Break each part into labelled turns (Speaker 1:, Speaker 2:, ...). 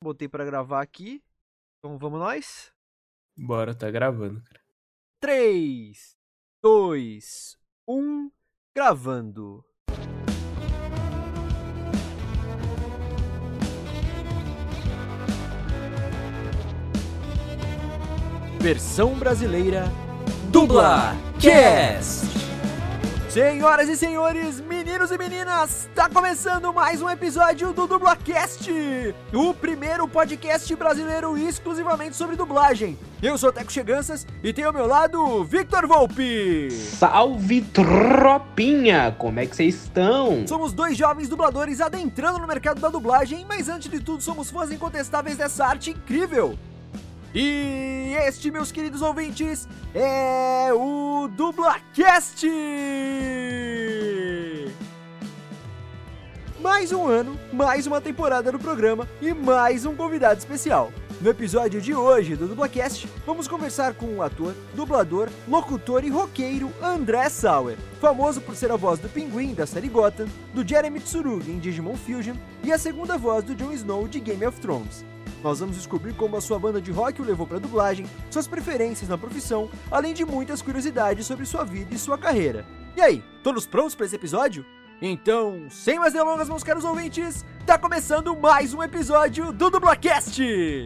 Speaker 1: botei pra gravar aqui. Então vamos nós?
Speaker 2: Bora, tá gravando, cara.
Speaker 1: 3, 2, 1, gravando. Versão brasileira DublaCast! Senhoras e senhores, meninos e meninas, tá começando mais um episódio do DublaCast, o primeiro podcast brasileiro exclusivamente sobre dublagem. Eu sou o Teco Cheganças e tenho ao meu lado Victor Volpi.
Speaker 3: Salve, tropinha! Como é que vocês estão?
Speaker 1: Somos dois jovens dubladores adentrando no mercado da dublagem, mas antes de tudo somos fãs incontestáveis dessa arte incrível. E este, meus queridos ouvintes, é o DublaCast! Mais um ano, mais uma temporada do programa e mais um convidado especial. No episódio de hoje do DublaCast, vamos conversar com o ator, dublador, locutor e roqueiro André Sauer, famoso por ser a voz do Pinguim da série Gotham, do Jeremy Tsurugi em Digimon Fusion e a segunda voz do Jon Snow de Game of Thrones. Nós vamos descobrir como a sua banda de rock o levou para a dublagem, suas preferências na profissão, além de muitas curiosidades sobre sua vida e sua carreira. E aí, todos prontos para esse episódio? Então, sem mais delongas, meus caros ouvintes, tá começando mais um episódio do DublaCast!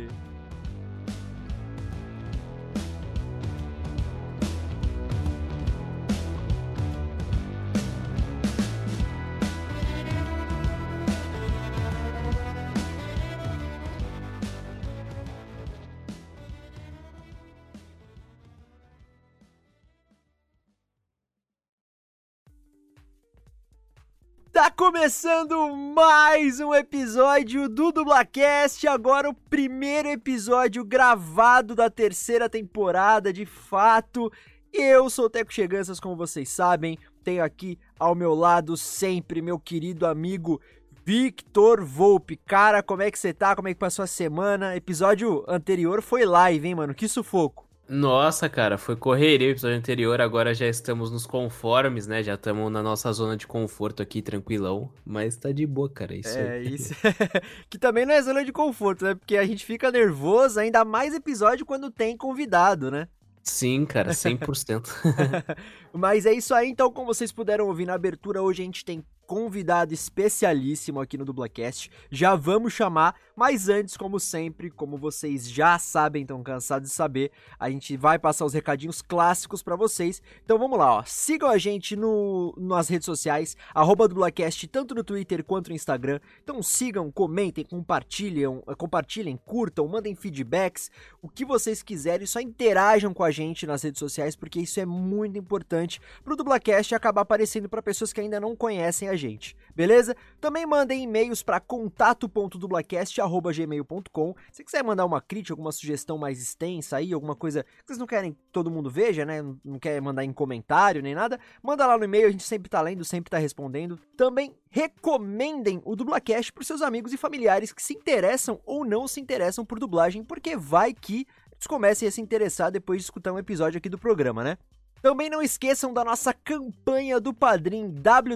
Speaker 1: Tá começando mais um episódio do DublaCast, agora o primeiro episódio gravado da terceira temporada, de fato. Eu sou o Teco Cheganças, como vocês sabem, tenho aqui ao meu lado sempre meu querido amigo Victor Volpi. Cara, como é que você tá? Como é que passou a semana? Episódio anterior foi live, hein, mano? Que sufoco.
Speaker 2: Nossa, cara, foi correria o episódio anterior, agora já estamos nos conformes, né? Já estamos na nossa zona de conforto aqui, tranquilão. Mas tá de boa, cara, isso aí.
Speaker 1: É, isso. Que também não é zona de conforto, né? Porque a gente fica nervoso, ainda mais episódio quando tem convidado, né?
Speaker 2: Sim, cara, 100%.
Speaker 1: Mas é isso aí, então, como vocês puderam ouvir na abertura, hoje a gente tem convidado especialíssimo aqui no DublaCast. Já vamos chamar, mas antes, como sempre, como vocês já sabem, estão cansados de saber, a gente vai passar os recadinhos clássicos pra vocês. Então vamos lá, ó. Sigam a gente nas redes sociais, @DublaCast, tanto no Twitter quanto no Instagram. Então sigam, comentem, compartilhem, curtam, mandem feedbacks, o que vocês quiserem, só interajam com a gente nas redes sociais, porque isso é muito importante pro DublaCast acabar aparecendo para pessoas que ainda não conhecem a gente, beleza? Também mandem e-mails para contato.dublacast@gmail.com. Se quiser mandar uma crítica, alguma sugestão mais extensa aí, alguma coisa que vocês não querem que todo mundo veja, né? Não quer mandar em comentário nem nada, manda lá no e-mail, a gente sempre tá lendo, sempre tá respondendo. Também recomendem o DublaCast pros seus amigos e familiares que se interessam ou não se interessam por dublagem, porque vai que eles comecem a se interessar depois de escutar um episódio aqui do programa, né? Também não esqueçam da nossa campanha do Padrim,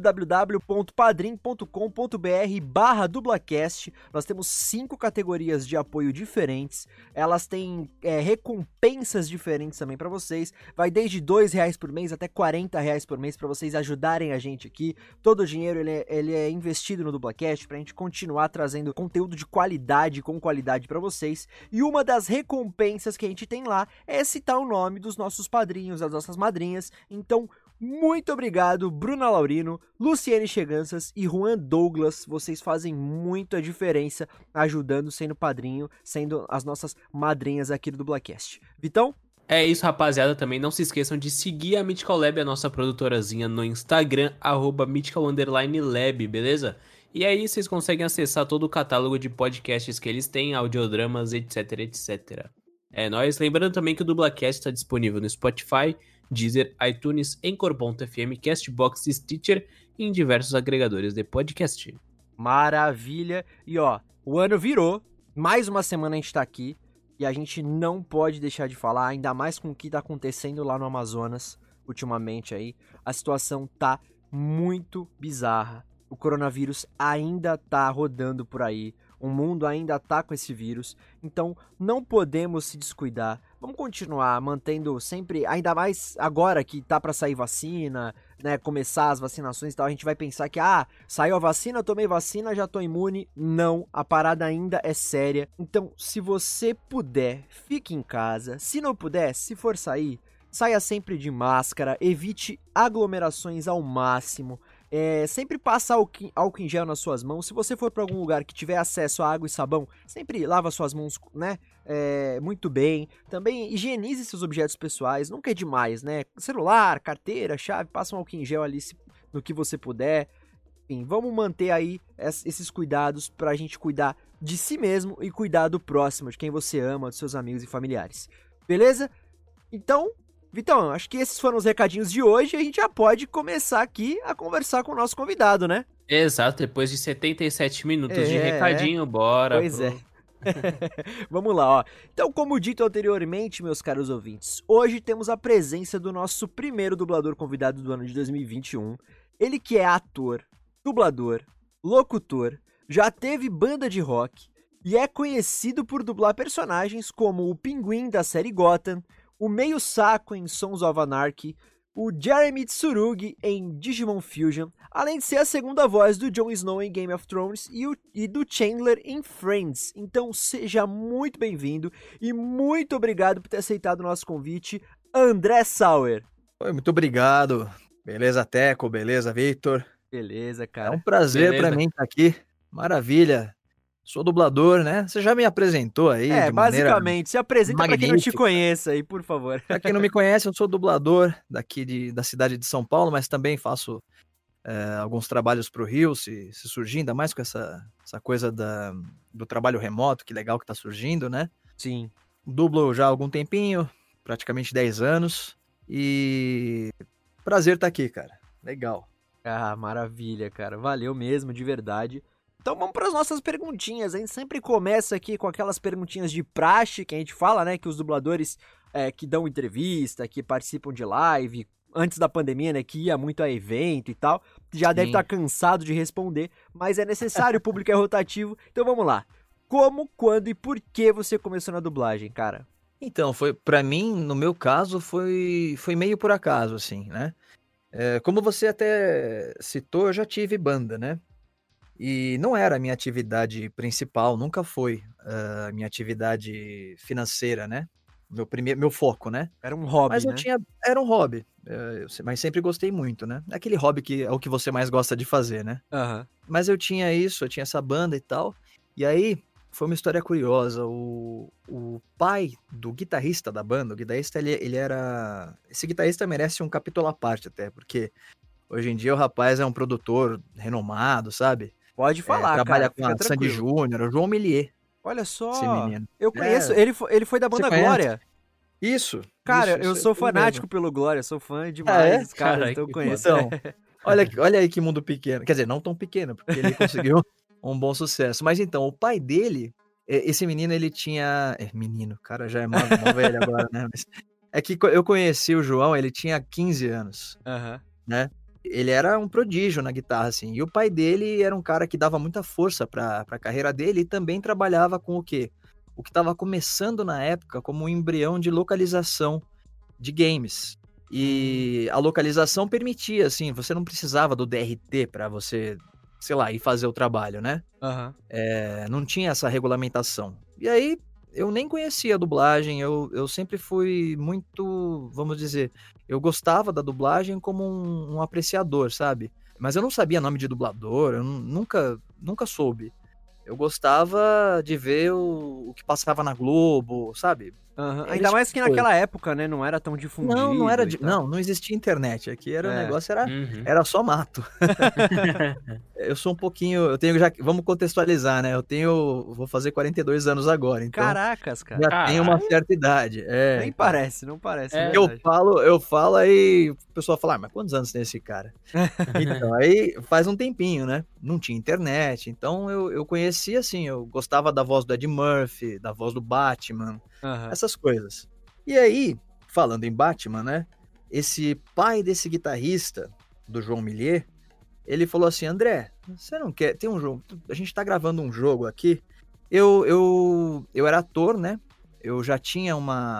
Speaker 1: www.padrim.com.br/dublacast. Nós temos 5 categorias de apoio diferentes, elas têm recompensas diferentes também para vocês, vai desde R$2 por mês até R$40 por mês para vocês ajudarem a gente aqui. Todo o dinheiro ele é investido no DublaCast pra gente continuar trazendo conteúdo de qualidade, com qualidade para vocês. E uma das recompensas que a gente tem lá é citar o nome dos nossos padrinhos, das nossas madrinhas. Então, muito obrigado, Bruna Laurino, Luciene Cheganças e Juan Douglas. Vocês fazem muita diferença ajudando, sendo padrinho, sendo as nossas madrinhas aqui do DublaCast. Vitão?
Speaker 2: É isso, rapaziada. Também não se esqueçam de seguir a Mythical Lab, a nossa produtorazinha, no Instagram, @mythical_lab, beleza? E aí vocês conseguem acessar todo o catálogo de podcasts que eles têm, audiodramas, etc, etc. É nóis. Lembrando também que o DublaCast está disponível no Spotify, Deezer, iTunes, Anchor.fm, Castbox e Stitcher e em diversos agregadores de podcast.
Speaker 1: Maravilha! E ó, o ano virou, mais uma semana a gente tá aqui e a gente não pode deixar de falar, ainda mais com o que tá acontecendo lá no Amazonas ultimamente aí. A situação tá muito bizarra. O coronavírus ainda tá rodando por aí. O mundo ainda tá com esse vírus, então não podemos se descuidar. Vamos continuar mantendo sempre, ainda mais agora que tá pra sair vacina, né, começar as vacinações e tal, a gente vai pensar que, saiu a vacina, eu tomei vacina, já tô imune. Não, a parada ainda é séria. Então, se você puder, fique em casa. Se não puder, se for sair, saia sempre de máscara, evite aglomerações ao máximo. Sempre passa álcool em gel nas suas mãos. Se você for para algum lugar que tiver acesso a água e sabão, sempre lava suas mãos, né? Muito bem. Também higienize seus objetos pessoais. Nunca é demais, né? Celular, carteira, chave, passa um álcool em gel ali no que você puder. Enfim, vamos manter aí esses cuidados pra gente cuidar de si mesmo e cuidar do próximo, de quem você ama, dos seus amigos e familiares. Beleza? Então, Vitão, acho que esses foram os recadinhos de hoje e a gente já pode começar aqui a conversar com o nosso convidado, né?
Speaker 2: Exato, depois de 77 minutos de recadinho, bora.
Speaker 1: Pois é. Vamos lá, ó. Então, como dito anteriormente, meus caros ouvintes, hoje temos a presença do nosso primeiro dublador convidado do ano de 2021. Ele que é ator, dublador, locutor, já teve banda de rock e é conhecido por dublar personagens como o Pinguim da série Gotham, o Meio Saco em Sons of Anarchy, o Jeremy Tsurugi em Digimon Fusion, além de ser a segunda voz do Jon Snow em Game of Thrones e do Chandler em Friends. Então seja muito bem-vindo e muito obrigado por ter aceitado o nosso convite, André Sauer.
Speaker 4: Oi, muito obrigado. Beleza, Teco? Beleza, Victor?
Speaker 1: Beleza, cara.
Speaker 4: É um prazer pra mim estar aqui. Maravilha. Sou dublador, né? Você já me apresentou aí de
Speaker 1: basicamente. Se apresenta pra quem não te
Speaker 4: magnífica.
Speaker 1: Conheça aí, por favor.
Speaker 4: Pra quem não me conhece, eu sou dublador daqui da cidade de São Paulo, mas também faço alguns trabalhos pro Rio, se surgir, ainda mais com essa coisa do trabalho remoto, que legal que tá surgindo, né?
Speaker 1: Sim.
Speaker 4: Dublo já há algum tempinho, praticamente 10 anos, e prazer estar aqui, cara. Legal.
Speaker 1: Maravilha, cara. Valeu mesmo, de verdade. Então vamos para as nossas perguntinhas. A gente sempre começa aqui com aquelas perguntinhas de praxe que a gente fala, né? Que os dubladores que dão entrevista, que participam de live, antes da pandemia, né? Que ia muito a evento e tal, já deve estar cansado de responder, mas é necessário, o público é rotativo. Então vamos lá. Como, quando e por que você começou na dublagem, cara?
Speaker 4: Então, pra mim, no meu caso, foi meio por acaso, assim, né? Como você até citou, eu já tive banda, né? E não era a minha atividade principal, nunca foi a minha atividade financeira, né? Meu foco, né?
Speaker 1: Era um hobby,
Speaker 4: mas
Speaker 1: né?
Speaker 4: Era um hobby, mas sempre gostei muito, né? Aquele hobby que é o que você mais gosta de fazer, né?
Speaker 1: Uhum.
Speaker 4: Mas eu tinha essa banda e tal, e aí foi uma história curiosa. O pai do guitarrista da banda, o guitarrista, ele era... Esse guitarrista merece um capítulo à parte até, porque hoje em dia o rapaz é um produtor renomado, sabe?
Speaker 1: Pode falar,
Speaker 4: trabalha
Speaker 1: cara.
Speaker 4: com a Sandy Júnior, o João Millier.
Speaker 1: Olha só,
Speaker 4: esse menino.
Speaker 1: Eu conheço, ele foi da banda Glória.
Speaker 4: Isso.
Speaker 1: Cara, eu sou fanático pelo Glória, sou fã demais dos caras, então eu conheço.
Speaker 4: Então, olha aí que mundo pequeno. Quer dizer, não tão pequeno, porque ele conseguiu um bom sucesso. Mas então, o pai dele, esse menino, ele tinha... menino, o cara já é mó velho agora, né? Mas é que eu conheci o João, ele tinha 15 anos, né? Ele era um prodígio na guitarra, assim. E o pai dele era um cara que dava muita força pra carreira dele e também trabalhava com o quê? O que estava começando na época como um embrião de localização de games. E a localização permitia, assim, você não precisava do DRT pra você, sei lá, ir fazer o trabalho, né? Não tinha essa regulamentação. E aí, eu nem conhecia a dublagem, eu sempre fui muito, vamos dizer... Eu gostava da dublagem como um apreciador, sabe? Mas eu não sabia nome de dublador, eu nunca soube. Eu gostava de ver o que passava na Globo, sabe?
Speaker 1: Ainda mais que naquela época, né? Não era tão difundido.
Speaker 4: Não era. Não existia internet. Aqui o negócio era só mato. Eu sou um pouquinho. Eu tenho já. Vamos contextualizar, né? Vou fazer 42 anos agora. Então,
Speaker 1: caracas, cara.
Speaker 4: Já tenho uma certa idade.
Speaker 1: Nem parece, não parece.
Speaker 4: Eu falo aí, o pessoal fala, mas quantos anos tem esse cara? Então, aí faz um tempinho, né? Não tinha internet. Então eu conhecia, assim, eu gostava da voz do Ed Murphy, da voz do Batman. Essas coisas. E aí, falando em Batman, né? Esse pai desse guitarrista, do João Millier, ele falou assim, André, você não quer, tem um jogo, a gente tá gravando um jogo aqui, eu era ator, né, eu já tinha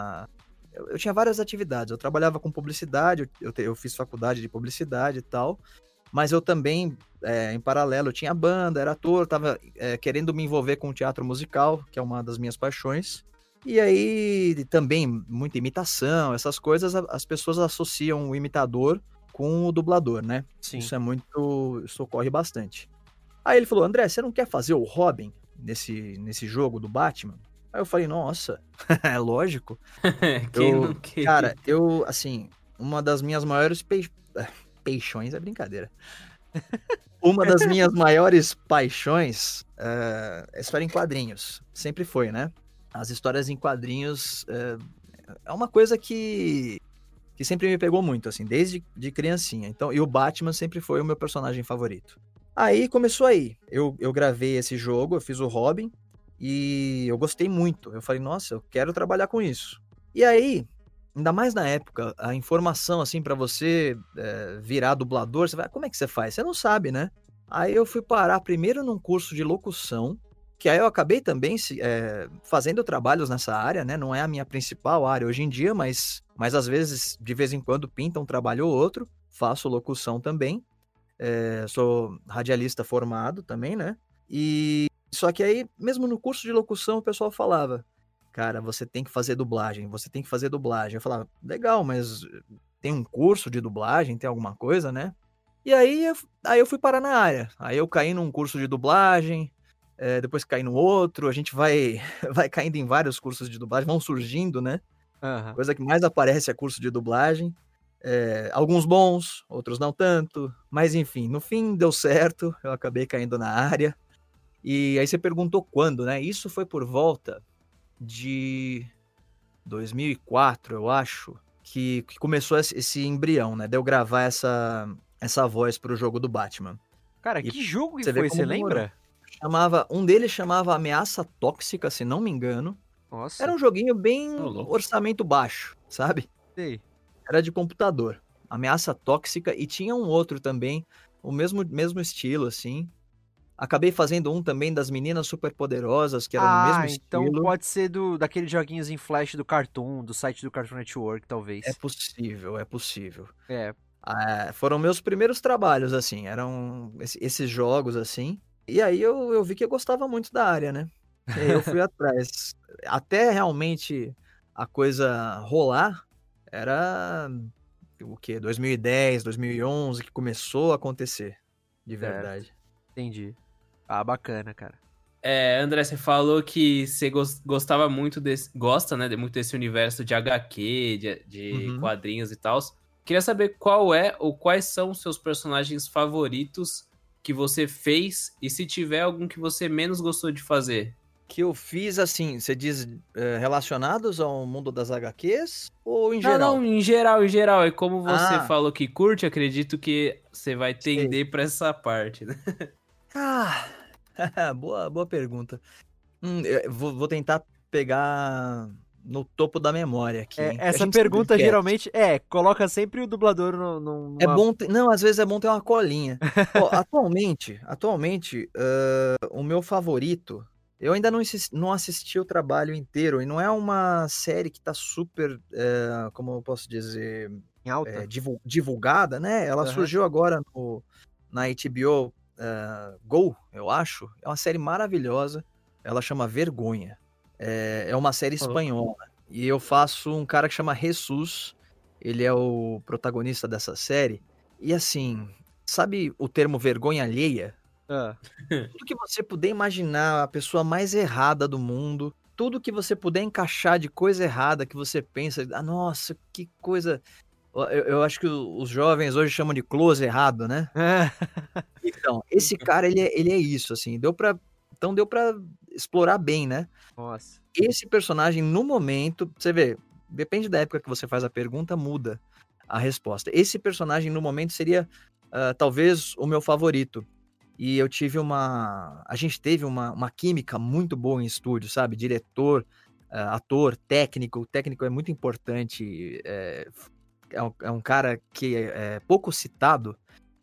Speaker 4: eu tinha várias atividades, eu trabalhava com publicidade, eu fiz faculdade de publicidade e tal, mas eu também, em paralelo, eu tinha banda, era ator, tava querendo me envolver com teatro musical, que é uma das minhas paixões. E aí, também, muita imitação, essas coisas, as pessoas associam o imitador com o dublador, né?
Speaker 1: Sim.
Speaker 4: Isso ocorre bastante. Aí ele falou, André, você não quer fazer o Robin nesse jogo do Batman? Aí eu falei, nossa, é lógico.
Speaker 2: Quem não quer?
Speaker 4: Cara, assim, uma das minhas maiores paixões é brincadeira. Uma das minhas maiores paixões é história em quadrinhos. Sempre foi, né? As histórias em quadrinhos é uma coisa que sempre me pegou muito, assim, desde de criancinha. Então, e o Batman sempre foi o meu personagem favorito. Aí começou aí. Eu gravei esse jogo, eu fiz o Robin e eu gostei muito. Eu falei, nossa, eu quero trabalhar com isso. E aí, ainda mais na época, a informação, assim, pra você virar dublador, você vai, como é que você faz? Você não sabe, né? Aí eu fui parar primeiro num curso de locução, que aí eu acabei também fazendo trabalhos nessa área, né? Não é a minha principal área hoje em dia, mas às vezes, de vez em quando, pinta um trabalho ou outro. Faço locução também. Sou radialista formado também, né? Só que aí, mesmo no curso de locução, o pessoal falava, cara, você tem que fazer dublagem, você tem que fazer dublagem. Eu falava, legal, mas tem um curso de dublagem, tem alguma coisa, né? E aí eu fui parar na área. Aí eu caí num curso de dublagem, depois caí no outro, a gente vai caindo em vários cursos de dublagem, vão surgindo, né?
Speaker 1: Aham.
Speaker 4: Coisa que mais aparece é curso de dublagem. Alguns bons, outros não tanto, mas enfim, no fim deu certo, eu acabei caindo na área. E aí você perguntou quando, né? Isso foi por volta de 2004, eu acho, que começou esse embrião, né? De eu gravar essa voz pro jogo do Batman.
Speaker 1: Cara,
Speaker 4: E
Speaker 1: que jogo que
Speaker 4: você vê
Speaker 1: foi,
Speaker 4: como
Speaker 1: você
Speaker 4: demorou.
Speaker 1: lembra?
Speaker 4: Um deles chamava Ameaça Tóxica, se não me engano.
Speaker 1: Nossa,
Speaker 4: Era um joguinho bem
Speaker 2: Ô, louco.
Speaker 4: orçamento baixo, sabe?
Speaker 1: sei.
Speaker 4: Era de computador. Ameaça Tóxica, e tinha um outro também, o mesmo estilo, assim. Acabei fazendo um também das Meninas Superpoderosas, que era no mesmo
Speaker 1: Então
Speaker 4: estilo.
Speaker 1: pode ser daqueles joguinhos em flash do Cartoon, do site do Cartoon Network,
Speaker 4: É
Speaker 1: talvez.
Speaker 4: possível, é possível.
Speaker 1: É,
Speaker 4: Foram meus primeiros trabalhos, assim, eram esses jogos, assim. E aí eu vi que eu gostava muito da área, né? E aí eu fui atrás. Até realmente a coisa rolar, era o quê? 2010, 2011 que começou a acontecer, de verdade.
Speaker 1: entendi. Ah, bacana, cara.
Speaker 2: André, você falou que você gostava muito gosta, né, muito desse universo de HQ, de
Speaker 4: Uhum.
Speaker 2: quadrinhos e tal. Queria saber qual é ou quais são os seus personagens favoritos que você fez e se tiver algum que você menos gostou de fazer.
Speaker 4: Que eu fiz, assim, você diz relacionados ao mundo das HQs ou em
Speaker 2: Não,
Speaker 4: geral?
Speaker 2: não, em geral. E como você
Speaker 4: Ah,
Speaker 2: falou que curte, acredito que você vai
Speaker 4: sei.
Speaker 2: tender pra essa parte, né?
Speaker 4: Ah, boa pergunta. Eu vou tentar pegar no topo da memória aqui, hein? A
Speaker 1: Essa
Speaker 4: gente se
Speaker 1: pergunta
Speaker 4: diverte.
Speaker 1: geralmente coloca sempre o dublador
Speaker 4: É
Speaker 1: numa.
Speaker 4: bom não, às vezes é bom ter uma colinha. Ó, atualmente, o meu favorito, eu ainda não assisti o trabalho inteiro, e não é uma série que tá super, como eu posso dizer,
Speaker 1: Em alta.
Speaker 4: divulgada, né? Ela
Speaker 1: Aham.
Speaker 4: surgiu agora na HBO Go, eu acho. É uma série maravilhosa. Ela chama Vergonha. É uma série
Speaker 2: Ô, louco.
Speaker 4: espanhola. E eu faço um cara que chama Jesus. Ele é o protagonista dessa série. E assim, sabe o termo vergonha alheia?
Speaker 1: Ah,
Speaker 4: Tudo que você puder imaginar, a pessoa mais errada do mundo, tudo que você puder encaixar de coisa errada que você pensa, nossa, que coisa. Eu acho que os jovens hoje chamam de close errado, né? Então, esse cara, ele é isso, assim, então deu pra explorar bem, né?
Speaker 1: Nossa.
Speaker 4: Esse personagem, no momento, você vê, depende da época que você faz a pergunta, muda a resposta. Esse personagem, no momento, seria talvez o meu favorito. E a gente teve uma química muito boa em estúdio, sabe? Diretor, ator, técnico. O técnico é muito importante. É um cara que é pouco citado,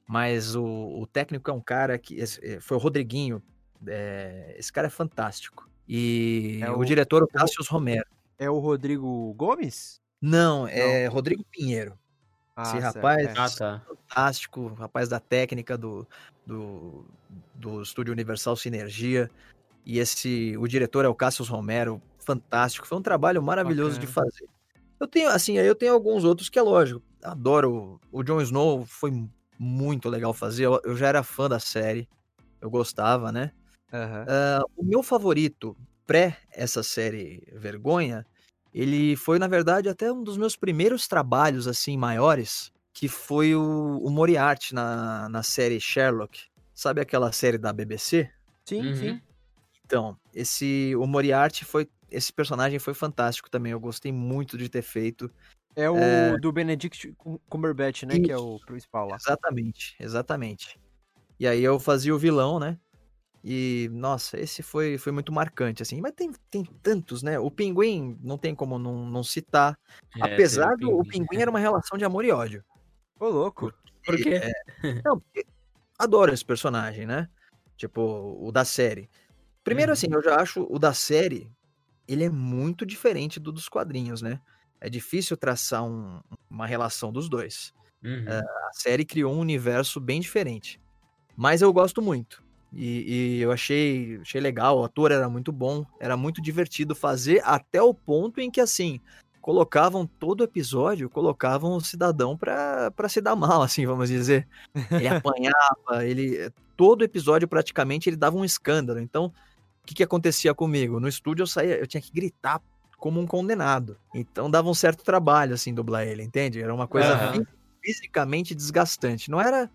Speaker 4: Mas o técnico é um cara que... Foi o Rodriguinho. Esse cara é fantástico. E
Speaker 1: É
Speaker 4: o
Speaker 1: o-
Speaker 4: diretor, o Cássio Romero.
Speaker 1: É o Rodrigo Gomes?
Speaker 4: Não, é Rodrigo Pinheiro. Esse
Speaker 1: Ah, certo.
Speaker 4: rapaz
Speaker 1: É.
Speaker 2: Ah, tá.
Speaker 4: fantástico, rapaz da técnica do Estúdio Universal Sinergia. E o diretor é o Cássio Romero, fantástico. Foi um trabalho maravilhoso de
Speaker 1: Bacana.
Speaker 4: fazer. Eu tenho alguns outros que é lógico. Adoro o Jon Snow, foi muito legal fazer. Eu já era fã da série, eu gostava, né?
Speaker 1: Aham.
Speaker 4: O meu favorito pré essa série Vergonha, ele foi, na verdade, até um dos meus primeiros trabalhos, assim, maiores, que foi o Moriarty na série Sherlock. Sabe aquela série da BBC?
Speaker 1: Sim,
Speaker 2: Uhum.
Speaker 1: sim.
Speaker 4: Então, o Moriarty esse personagem foi fantástico também, eu gostei muito de ter feito.
Speaker 1: É o do Benedict Cumberbatch, né? Que é o
Speaker 4: Isso.
Speaker 1: principal lá.
Speaker 4: Exatamente. E aí eu fazia o vilão, né? E, nossa, esse foi muito marcante, assim. Mas tem tantos, né? O Pinguim, não tem como não citar.
Speaker 2: Teve
Speaker 4: Apesar
Speaker 2: o
Speaker 4: do o
Speaker 2: Pinguim.
Speaker 4: Pinguim era uma relação de amor e ódio.
Speaker 1: Ô, louco.
Speaker 2: Por quê?
Speaker 4: Não, porque adoro esse personagem, né? Tipo, o da série. Primeiro,
Speaker 2: Uhum.
Speaker 4: assim, eu já acho o da série, ele é muito diferente dos quadrinhos, né? É difícil traçar uma relação dos dois.
Speaker 2: Uhum.
Speaker 4: A série criou um universo bem diferente. Mas eu gosto muito. E eu achei legal, o ator era muito bom, era muito divertido fazer, até o ponto em que, assim, todo episódio, colocavam o cidadão pra se dar mal, assim, vamos dizer. Ele apanhava, todo episódio praticamente ele dava um escândalo. Então, o que acontecia comigo? No estúdio eu tinha que gritar como um condenado. Então dava um certo trabalho, assim, dublar ele, entende? Era uma coisa
Speaker 2: Aham.
Speaker 4: fisicamente desgastante. Não era...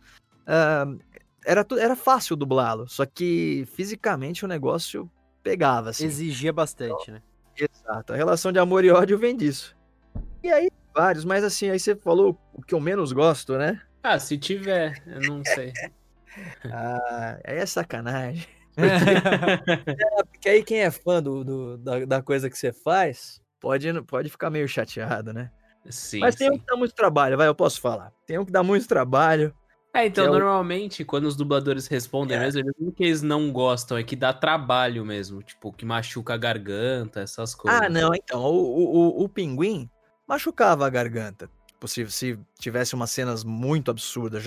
Speaker 4: era fácil dublá-lo, só que fisicamente o negócio pegava, assim.
Speaker 1: Exigia bastante, né?
Speaker 4: Exato. A relação de amor e ódio vem disso. E aí, vários, mas assim, aí você falou o que eu menos gosto, né?
Speaker 2: Ah, se tiver, eu não sei.
Speaker 4: Aí é sacanagem. Porque aí quem é fã da coisa que você faz, pode ficar meio chateado, né?
Speaker 2: Sim,
Speaker 4: Mas tem um
Speaker 2: sim.
Speaker 4: que dá muito trabalho, eu posso falar. Tem um que dá muito trabalho.
Speaker 2: Então,
Speaker 4: que é o-
Speaker 2: normalmente, quando os dubladores respondem mesmo, eles não que eles não gostam, é que dá trabalho mesmo. Tipo, que machuca a garganta, essas coisas.
Speaker 4: Ah, não, então, o Pinguim machucava a garganta. Tipo, se tivesse umas cenas muito absurdas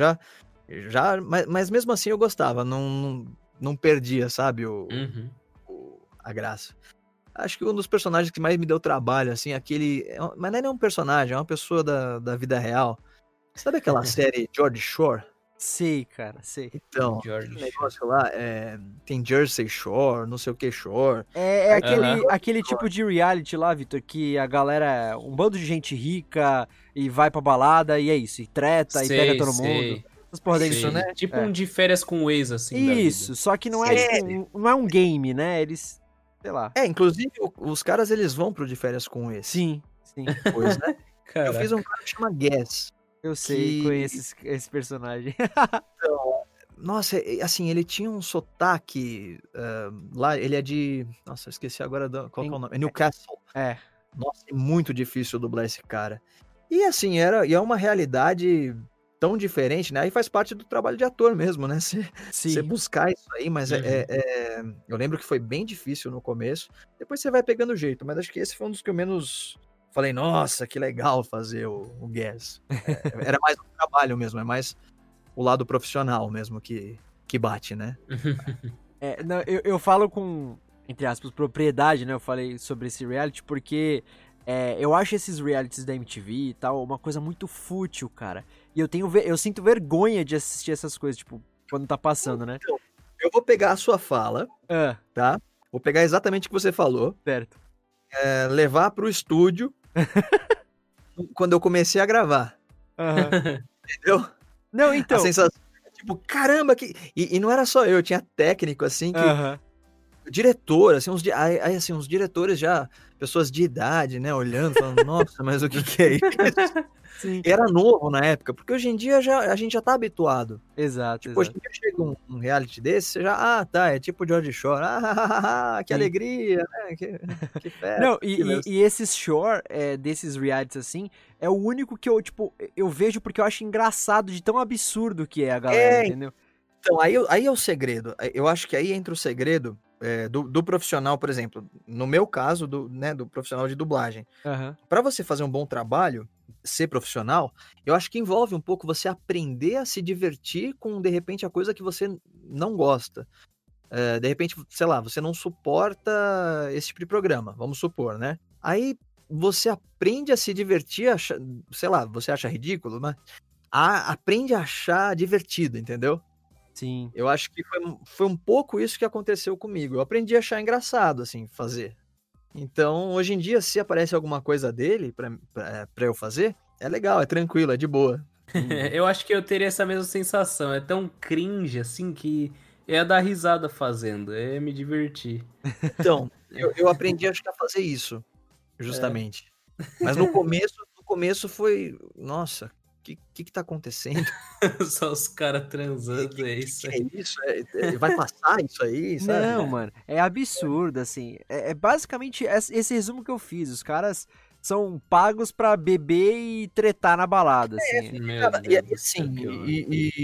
Speaker 4: mas mesmo assim eu gostava, não perdia, sabe,
Speaker 2: Uhum.
Speaker 4: a graça. Acho que um dos personagens que mais me deu trabalho, assim, mas não é nem um personagem, é uma pessoa da vida real. Sabe aquela série George Shore?
Speaker 1: Sei, cara, sei.
Speaker 4: Então,
Speaker 2: George
Speaker 4: aquele negócio lá, tem Jersey Shore, não sei o que Shore.
Speaker 1: É
Speaker 4: Aí tem
Speaker 2: Aham.
Speaker 1: aquele tipo de reality lá, Vitor, que a galera, um bando de gente rica e vai pra balada e é isso, e treta e pega todo mundo. Essas porra
Speaker 2: sei.
Speaker 1: deles,
Speaker 4: né?
Speaker 2: Tipo
Speaker 1: É.
Speaker 2: um de férias com o ex, assim, da vida.
Speaker 1: Isso, só que não é, tipo, não é um game, né? Eles, sei lá.
Speaker 4: Inclusive, os caras, eles vão pro de férias com esse.
Speaker 1: Sim,
Speaker 4: Depois, né? Eu fiz um
Speaker 2: Caraca.
Speaker 4: cara que chama Guess.
Speaker 1: eu sei,
Speaker 4: Que-
Speaker 1: conheço esse personagem.
Speaker 4: Nossa, assim, ele tinha um sotaque lá, ele é de... Nossa, eu esqueci agora qual que é o nome. É Newcastle.
Speaker 1: É,
Speaker 4: Nossa, é muito difícil dublar esse cara. E assim, é uma realidade tão diferente, né? Aí faz parte do trabalho de ator mesmo, né? Você
Speaker 1: sim.
Speaker 4: buscar isso aí, mas eu lembro que foi bem difícil no começo. Depois você vai pegando o jeito, mas acho que esse foi um dos que eu menos falei, nossa, que legal fazer o Guess. Era mais um trabalho mesmo, é mais o lado profissional mesmo que bate, né?
Speaker 1: Não, eu falo com, entre aspas, propriedade, né? Eu falei sobre esse reality porque eu acho esses realities da MTV e tal uma coisa muito fútil, cara. E eu sinto vergonha de assistir essas coisas, tipo, quando tá passando, né?
Speaker 4: Então, eu vou pegar a sua fala,
Speaker 1: Ah,
Speaker 4: tá? Vou pegar exatamente o que você falou,
Speaker 1: certo.
Speaker 4: levar pro estúdio quando eu comecei a gravar,
Speaker 1: Aham.
Speaker 4: entendeu?
Speaker 1: Não,
Speaker 4: A
Speaker 1: então.
Speaker 4: sensação, tipo, caramba, e não era só eu, tinha técnico, assim, que
Speaker 1: Aham.
Speaker 4: diretor, assim, aí, assim, uns diretores já, pessoas de idade, né, olhando, falando, nossa, mas o que é isso?
Speaker 1: Sim.
Speaker 4: Era novo na época, porque hoje em dia a gente já tá habituado.
Speaker 1: Exato,
Speaker 4: Tipo, hoje
Speaker 1: exato.
Speaker 4: em dia chega um reality desse, você já, tá, é tipo George Shore, que
Speaker 1: Sim.
Speaker 4: alegria, né, que festa.
Speaker 1: Não, e esses short, desses realities assim, é o único que eu, tipo, eu vejo porque eu acho engraçado de tão absurdo que é a galera,
Speaker 4: É,
Speaker 1: entendeu?
Speaker 4: então, aí é o segredo. Eu acho que aí entra o segredo do profissional, por exemplo, no meu caso, do profissional de dublagem.
Speaker 1: Aham.
Speaker 4: Para você fazer um bom trabalho, ser profissional, eu acho que envolve um pouco você aprender a se divertir com, de repente, a coisa que você não gosta. De repente, sei lá, você não suporta esse tipo de programa, vamos supor, né? Aí você aprende a se divertir, sei lá, você acha ridículo, mas aprende a achar divertido, entendeu?
Speaker 1: Sim.
Speaker 4: Eu acho que foi um pouco isso que aconteceu comigo. Eu aprendi a achar engraçado, assim, fazer. Então, hoje em dia, se aparece alguma coisa dele pra eu fazer, é legal, é tranquilo, é de boa.
Speaker 1: Entendi.
Speaker 2: Eu acho que eu teria essa mesma sensação. É tão cringe assim que eu ia dar risada fazendo, eu ia me divertir.
Speaker 4: Então, eu aprendi acho que a fazer isso,
Speaker 2: É.
Speaker 4: justamente. Mas no começo foi, nossa, que tá acontecendo?
Speaker 2: Só os caras
Speaker 4: Que,
Speaker 2: transando,
Speaker 4: que,
Speaker 2: é
Speaker 4: que
Speaker 2: isso
Speaker 4: que
Speaker 2: aí.
Speaker 4: é isso? Vai passar isso aí, sabe?
Speaker 1: Não, mano, é absurdo, assim. É basicamente esse resumo que eu fiz. Os caras são pagos pra beber e tretar na balada, assim.
Speaker 2: Meu
Speaker 4: Cara, e
Speaker 2: Deus do céu,
Speaker 4: assim,
Speaker 2: que horror.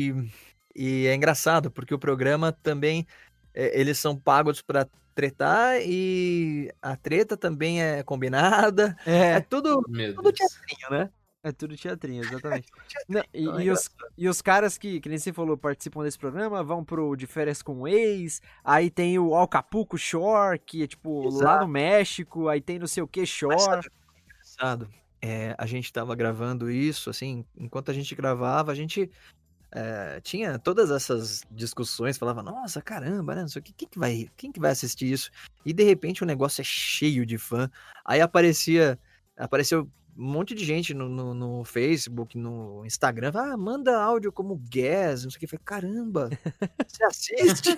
Speaker 4: e é engraçado, porque o programa também, eles são pagos pra tretar e a treta também é combinada. É
Speaker 1: É,
Speaker 4: tudo,
Speaker 2: Meu
Speaker 4: tudo
Speaker 2: Deus.
Speaker 4: teatrinho, né?
Speaker 1: é tudo teatrinho,
Speaker 4: É
Speaker 1: exatamente.
Speaker 4: tudo
Speaker 1: Não,
Speaker 4: teatrinho, então
Speaker 1: e,
Speaker 4: é
Speaker 1: e os,
Speaker 4: engraçado.
Speaker 1: e os caras que nem você falou, participam desse programa, vão pro De Férias com o Ex, aí tem o Acapulco Shore, que é tipo lá no
Speaker 4: Exato.
Speaker 1: México, aí tem não sei o que
Speaker 4: Mas sabe
Speaker 1: Shore.
Speaker 4: o que é engraçado? A gente tava gravando isso, assim, enquanto a gente gravava, a gente tinha todas essas discussões, falava, nossa, caramba, né? Não sei o que, quem que vai assistir isso? E de repente o negócio é cheio de fã. Aí apareceu um monte de gente no Facebook, no Instagram, manda áudio como guest, não sei o que. Eu falei, caramba, você assiste?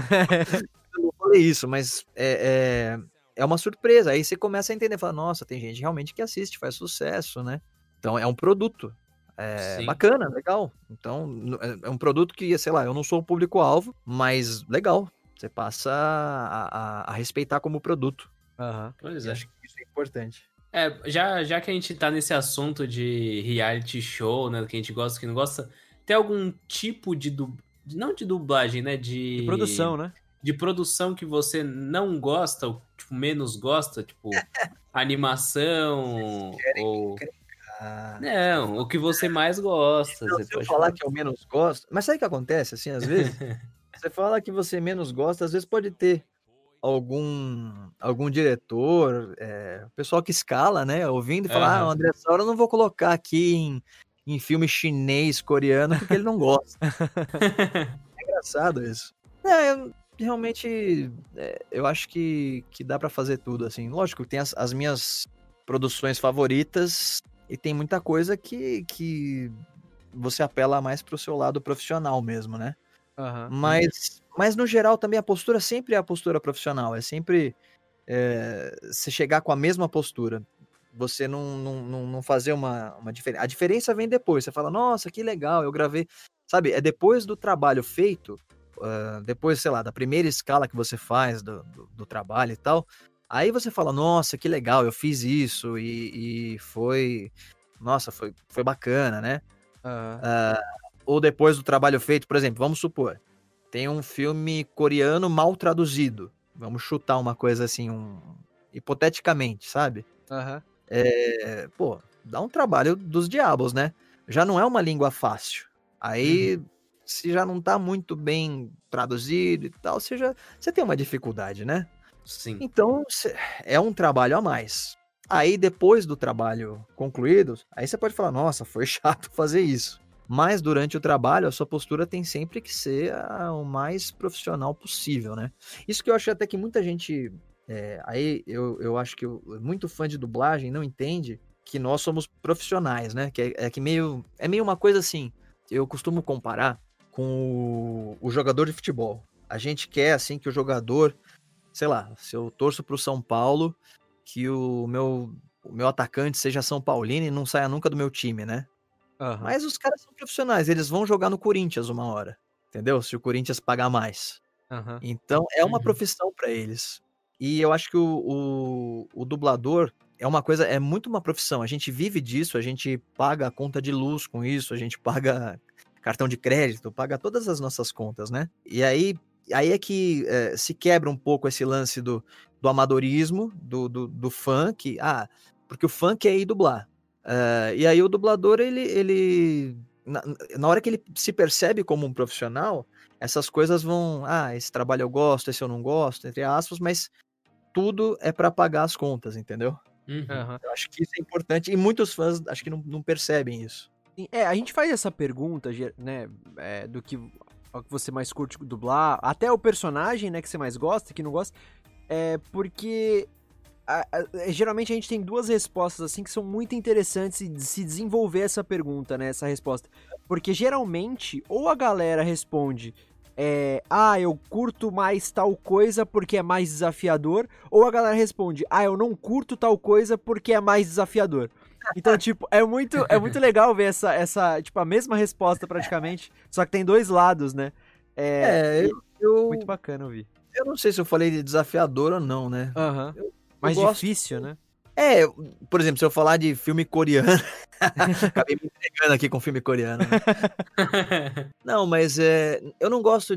Speaker 4: Eu não falei isso, mas é uma surpresa. Aí você começa a entender, fala, nossa, tem gente realmente que assiste, faz sucesso, né? Então é um produto.
Speaker 2: Sim.
Speaker 4: Bacana, legal. Então, é um produto que, sei lá, eu não sou o público-alvo, mas legal. Você passa a respeitar como produto.
Speaker 1: Aham.
Speaker 2: Pois
Speaker 4: E
Speaker 2: é.
Speaker 4: acho que isso é importante.
Speaker 2: Já que a gente tá nesse assunto de reality show, né? Do que a gente gosta, que não gosta, tem algum tipo não de dublagem, né?
Speaker 1: De produção, né?
Speaker 2: De produção que você não gosta, ou tipo, menos gosta, tipo, animação,
Speaker 4: Querem me
Speaker 2: ou.
Speaker 4: encrencar.
Speaker 2: Não, o que você mais gosta,
Speaker 4: Então,
Speaker 2: você
Speaker 4: se eu
Speaker 2: pode
Speaker 4: falar
Speaker 2: falar.
Speaker 4: que eu menos gosto. Mas sabe o que acontece, assim, às vezes? Você fala que você menos gosta, às vezes pode ter algum diretor, o pessoal que escala, né, ouvindo e falar, o
Speaker 2: Aham.
Speaker 4: André Saura eu não vou colocar aqui em filme chinês, coreano, porque ele não gosta. É engraçado isso. Eu realmente, eu acho que dá pra fazer tudo, assim. Lógico, tem as minhas produções favoritas e tem muita coisa que você apela mais pro seu lado profissional mesmo, né?
Speaker 1: Aham.
Speaker 4: Mas no geral também a postura sempre é a postura profissional, é sempre você chegar com a mesma postura. Você não fazer uma diferença. A diferença vem depois. Você fala, nossa, que legal, eu gravei. Sabe, é depois do trabalho feito, depois, sei lá, da primeira escala que você faz do trabalho e tal. Aí você fala, nossa, que legal, eu fiz isso e foi. Nossa, foi bacana, né?
Speaker 1: Aham.
Speaker 4: Ou depois do trabalho feito, por exemplo, vamos supor, tem um filme coreano mal traduzido. Vamos chutar uma coisa assim, hipoteticamente, sabe?
Speaker 1: Aham.
Speaker 4: Pô, dá um trabalho dos diabos, né? Já não é uma língua fácil.
Speaker 2: Uhum.
Speaker 4: Aí, se já não tá muito bem traduzido e tal, você tem uma dificuldade, né?
Speaker 2: Sim.
Speaker 4: Então, é um trabalho a mais. Aí, depois do trabalho concluído, aí você pode falar, nossa, foi chato fazer isso. Mas durante o trabalho, a sua postura tem sempre que ser o mais profissional possível, né? Isso que eu acho até que muita gente. Aí eu acho que muito fã de dublagem não entende que nós somos profissionais, né? Que é meio uma coisa assim. Eu costumo comparar com o jogador de futebol. A gente quer assim que o jogador sei lá, se eu torço pro São Paulo, que o meu atacante seja São Paulino e não saia nunca do meu time, né?
Speaker 1: Aham.
Speaker 4: Mas os caras são profissionais, eles vão jogar no Corinthians uma hora, entendeu? Se o Corinthians pagar mais.
Speaker 1: Aham.
Speaker 4: Então é uma
Speaker 2: Uhum.
Speaker 4: profissão pra eles. E eu acho que o dublador é uma coisa, é muito uma profissão. A gente vive disso, a gente paga a conta de luz com isso, a gente paga cartão de crédito, paga todas as nossas contas, né? E aí é que se quebra um pouco esse lance do amadorismo, do fã, porque o fã quer ir dublar. E aí o dublador, ele na hora que ele se percebe como um profissional, essas coisas vão, esse trabalho eu gosto, esse eu não gosto, entre aspas, mas tudo é pra pagar as contas, entendeu?
Speaker 2: Uhum.
Speaker 1: Aham.
Speaker 4: Eu acho que isso é importante e muitos fãs acho que não percebem isso.
Speaker 1: A gente faz essa pergunta, né, do que o que você mais curte dublar, até o personagem, né, que você mais gosta, que não gosta, porque geralmente a gente tem duas respostas, assim, que são muito interessantes de se desenvolver essa pergunta, né, essa resposta. Porque geralmente, ou a galera responde, eu curto mais tal coisa porque é mais desafiador, ou a galera responde, eu não curto tal coisa porque é mais desafiador. Então, tipo, é muito legal ver essa, tipo, a mesma resposta praticamente, só que tem dois lados, né? Muito bacana ouvir.
Speaker 4: Eu não sei se eu falei de desafiador ou não, né?
Speaker 1: Aham.
Speaker 4: Eu
Speaker 1: Mais
Speaker 4: gosto.
Speaker 1: difícil, né?
Speaker 4: Por exemplo, se eu falar de filme coreano, acabei me entregando aqui com filme coreano, né? Não, mas eu não gosto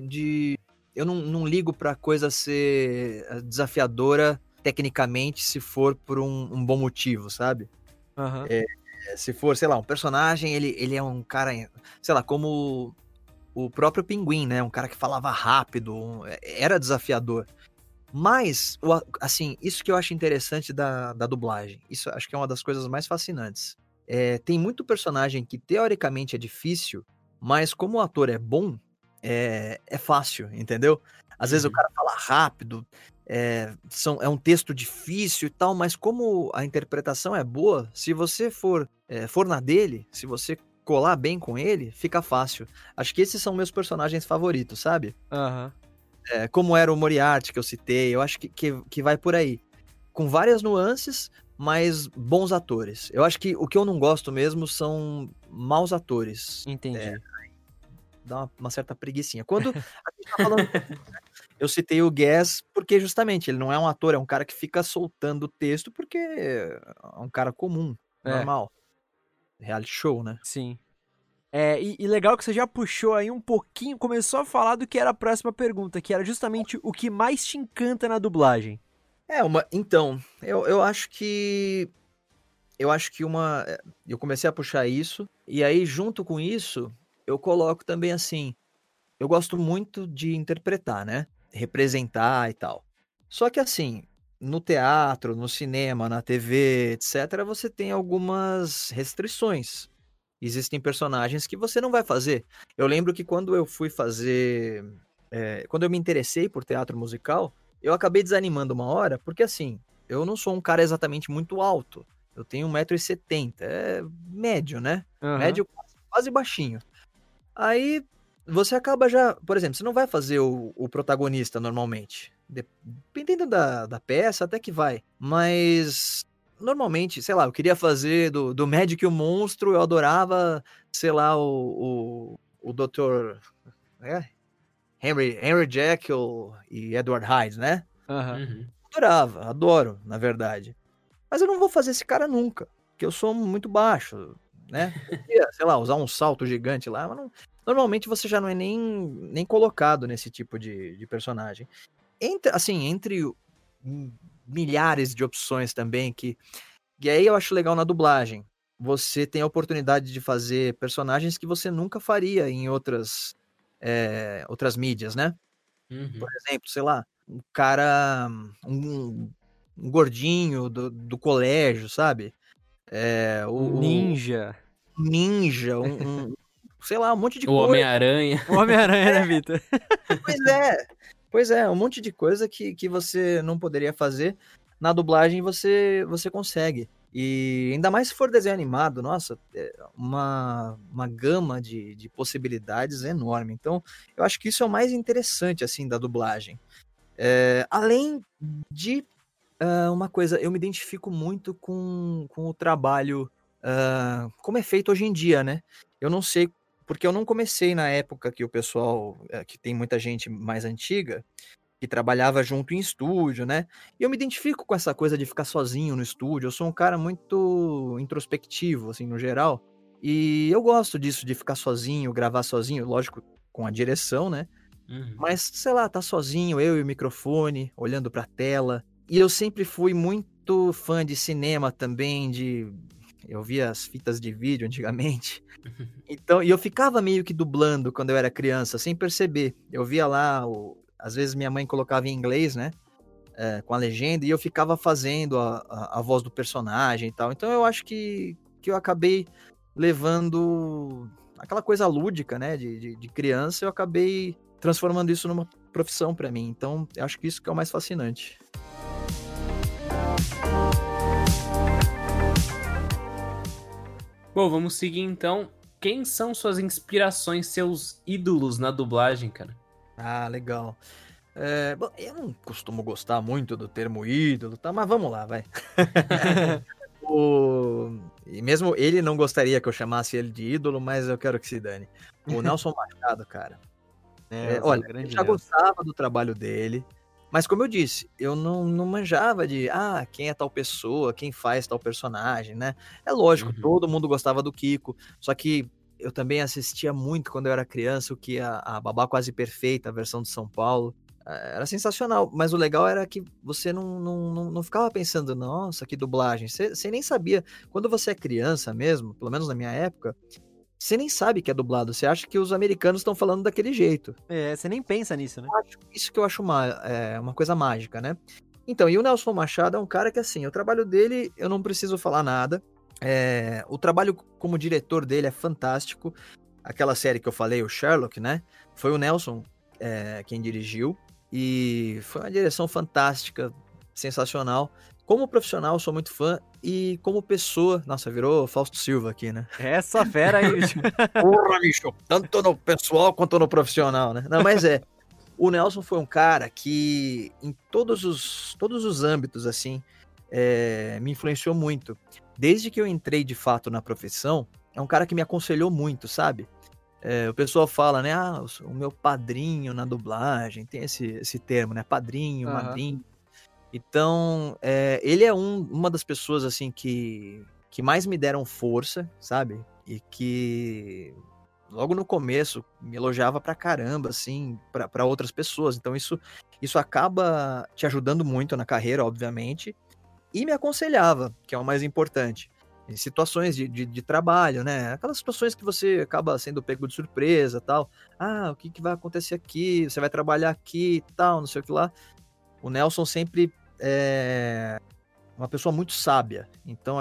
Speaker 4: eu não ligo pra coisa ser desafiadora tecnicamente se for por um bom motivo, sabe?
Speaker 1: Aham.
Speaker 4: Se for, sei lá, um personagem, ele é um cara, sei lá, como o próprio Pinguim, né? Um cara que falava rápido, era desafiador. Mas, assim, isso que eu acho interessante da dublagem, isso acho que é uma das coisas mais fascinantes. Tem muito personagem que teoricamente é difícil, mas como o ator é bom, é fácil, entendeu? Às vezes o cara fala rápido, é um texto difícil e tal, mas como a interpretação é boa, se você for na dele, se você colar bem com ele, fica fácil. Acho que esses são meus personagens favoritos, sabe?
Speaker 1: Aham.
Speaker 4: Como era o Moriarty que eu citei, eu acho que vai por aí. Com várias nuances, mas bons atores. Eu acho que o que eu não gosto mesmo são maus atores.
Speaker 1: Entendi.
Speaker 4: Dá uma certa preguicinha. Quando a gente tá falando, eu citei o Gas porque justamente ele não é um ator, é um cara que fica soltando texto porque é um cara comum, normal. Reality show, né?
Speaker 1: Sim. E legal que você já puxou aí um pouquinho, começou a falar do que era a próxima pergunta, que era justamente o que mais te encanta na dublagem.
Speaker 4: Então, eu acho que eu comecei a puxar isso, e aí junto com isso, eu coloco também assim, eu gosto muito de interpretar, né? Representar e tal. Só que assim, no teatro, no cinema, na TV, etc., você tem algumas restrições. Existem personagens que você não vai fazer. Eu lembro que quando eu fui fazer. Quando eu me interessei por teatro musical, eu acabei desanimando uma hora, porque assim, eu não sou um cara exatamente muito alto. Eu tenho 1,70 m, é médio, né?
Speaker 1: Aham.
Speaker 4: Médio, quase baixinho. Aí você acaba já. Por exemplo, você não vai fazer o protagonista normalmente. Dependendo da peça, até que vai. Mas normalmente, sei lá, eu queria fazer do Magic o Monstro, eu adorava, sei lá, o Dr. Henry Jekyll e Edward Hyde, né?
Speaker 1: Aham.
Speaker 2: Uhum.
Speaker 4: Adoro, na verdade. Mas eu não vou fazer esse cara nunca, porque eu sou muito baixo, né? Eu queria, sei lá, usar um salto gigante lá, mas normalmente você já não é nem colocado nesse tipo de personagem. Entre milhares de opções também, e aí eu acho legal na dublagem. Você tem a oportunidade de fazer personagens que você nunca faria em outras mídias, né?
Speaker 2: Uhum.
Speaker 4: Por exemplo, sei lá, um cara, um gordinho do colégio, sabe?
Speaker 1: Um ninja.
Speaker 4: Ninja, sei lá, um monte de
Speaker 2: O
Speaker 4: coisa.
Speaker 2: Homem-Aranha.
Speaker 1: O Homem-Aranha, né, Vitor?
Speaker 4: Pois é, um monte de coisa que você não poderia fazer. Na dublagem você consegue. E ainda mais se for desenho animado, nossa, uma gama de possibilidades enorme. Então, eu acho que isso é o mais interessante, assim, da dublagem. Além de uma coisa, eu me identifico muito com o trabalho, como é feito hoje em dia, né? Eu não sei, porque eu não comecei na época que o pessoal, que tem muita gente mais antiga, que trabalhava junto em estúdio, né? E eu me identifico com essa coisa de ficar sozinho no estúdio. Eu sou um cara muito introspectivo, assim, no geral. E eu gosto disso, de ficar sozinho, gravar sozinho, lógico, com a direção, né?
Speaker 2: Uhum.
Speaker 4: Mas, sei lá, tá sozinho, eu e o microfone, olhando pra tela. E eu sempre fui muito fã de cinema também, eu via as fitas de vídeo antigamente. Então, e eu ficava meio que dublando quando eu era criança, sem perceber. Eu via lá, às vezes minha mãe colocava em inglês, né? Com a legenda, e eu ficava fazendo a voz do personagem e tal. Então eu acho que eu acabei levando aquela coisa lúdica, né? De criança, eu acabei transformando isso numa profissão pra mim. Então, eu acho que isso que é o mais fascinante.
Speaker 2: Bom, vamos seguir então. Quem são suas inspirações, seus ídolos na dublagem, cara?
Speaker 4: Ah, legal. Bom, eu não costumo gostar muito do termo ídolo, tá? Mas vamos lá, vai. E mesmo ele não gostaria que eu chamasse ele de ídolo, mas eu quero que se dane. O Nelson Machado, cara.
Speaker 1: Nelson,
Speaker 4: Olha, eu
Speaker 1: grande
Speaker 4: já
Speaker 1: Nelson.
Speaker 4: gostava do trabalho dele, mas como eu disse, eu não manjava de, quem é tal pessoa, quem faz tal personagem, né? É lógico,
Speaker 2: Uhum.
Speaker 4: todo mundo gostava do Kiko, só que eu também assistia muito quando eu era criança, o que a Babá Quase Perfeita, a versão de São Paulo, era sensacional, mas o legal era que você não ficava pensando, nossa, que dublagem, você nem sabia, quando você é criança mesmo, pelo menos na minha época, você nem sabe que é dublado, você acha que os americanos estão falando daquele jeito.
Speaker 1: Você nem pensa nisso, né?
Speaker 4: Isso que eu acho uma coisa mágica, né? Então, e o Nelson Machado é um cara que, assim, o trabalho dele, eu não preciso falar nada. O trabalho como diretor dele é fantástico. Aquela série que eu falei, o Sherlock, né? Foi o Nelson quem dirigiu. E foi uma direção fantástica, sensacional. Como profissional, sou muito fã. E como pessoa, nossa, virou Fausto Silva aqui, né?
Speaker 1: Essa fera aí, bicho.
Speaker 4: Porra, bicho! Tanto no pessoal quanto no profissional, né? Não, mas o Nelson foi um cara que, em todos os âmbitos, assim, me influenciou muito. Desde que eu entrei de fato na profissão, é um cara que me aconselhou muito, sabe? O pessoal fala, né? O meu padrinho na dublagem, tem esse termo, né? Padrinho,
Speaker 1: Aham.
Speaker 4: madrinho. Então, ele é uma das pessoas, assim, que mais me deram força, sabe? E que logo no começo me elogiava pra caramba, assim, pra outras pessoas. Então isso acaba te ajudando muito na carreira, obviamente, e me aconselhava, que é o mais importante. Em situações de trabalho, né? Aquelas situações que você acaba sendo pego de surpresa, tal. O que vai acontecer aqui? Você vai trabalhar aqui, tal, não sei o que lá. O Nelson sempre é uma pessoa muito sábia. Então,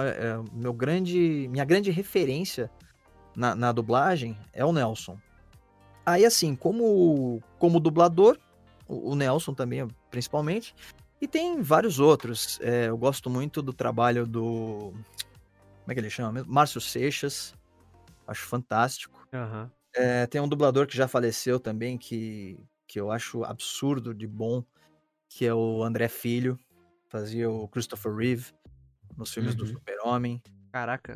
Speaker 4: minha grande referência na dublagem é o Nelson. Aí, assim, como dublador, o Nelson também, principalmente, e tem vários outros. Eu gosto muito do trabalho do... Como é que ele chama mesmo? Márcio Seixas. Acho fantástico.
Speaker 1: Aham.
Speaker 4: Tem um dublador que já faleceu também, que eu acho absurdo de bom, que é o André Filho. Fazia o Christopher Reeve nos filmes do
Speaker 2: Uhum.
Speaker 4: Super-Homem.
Speaker 1: Caraca,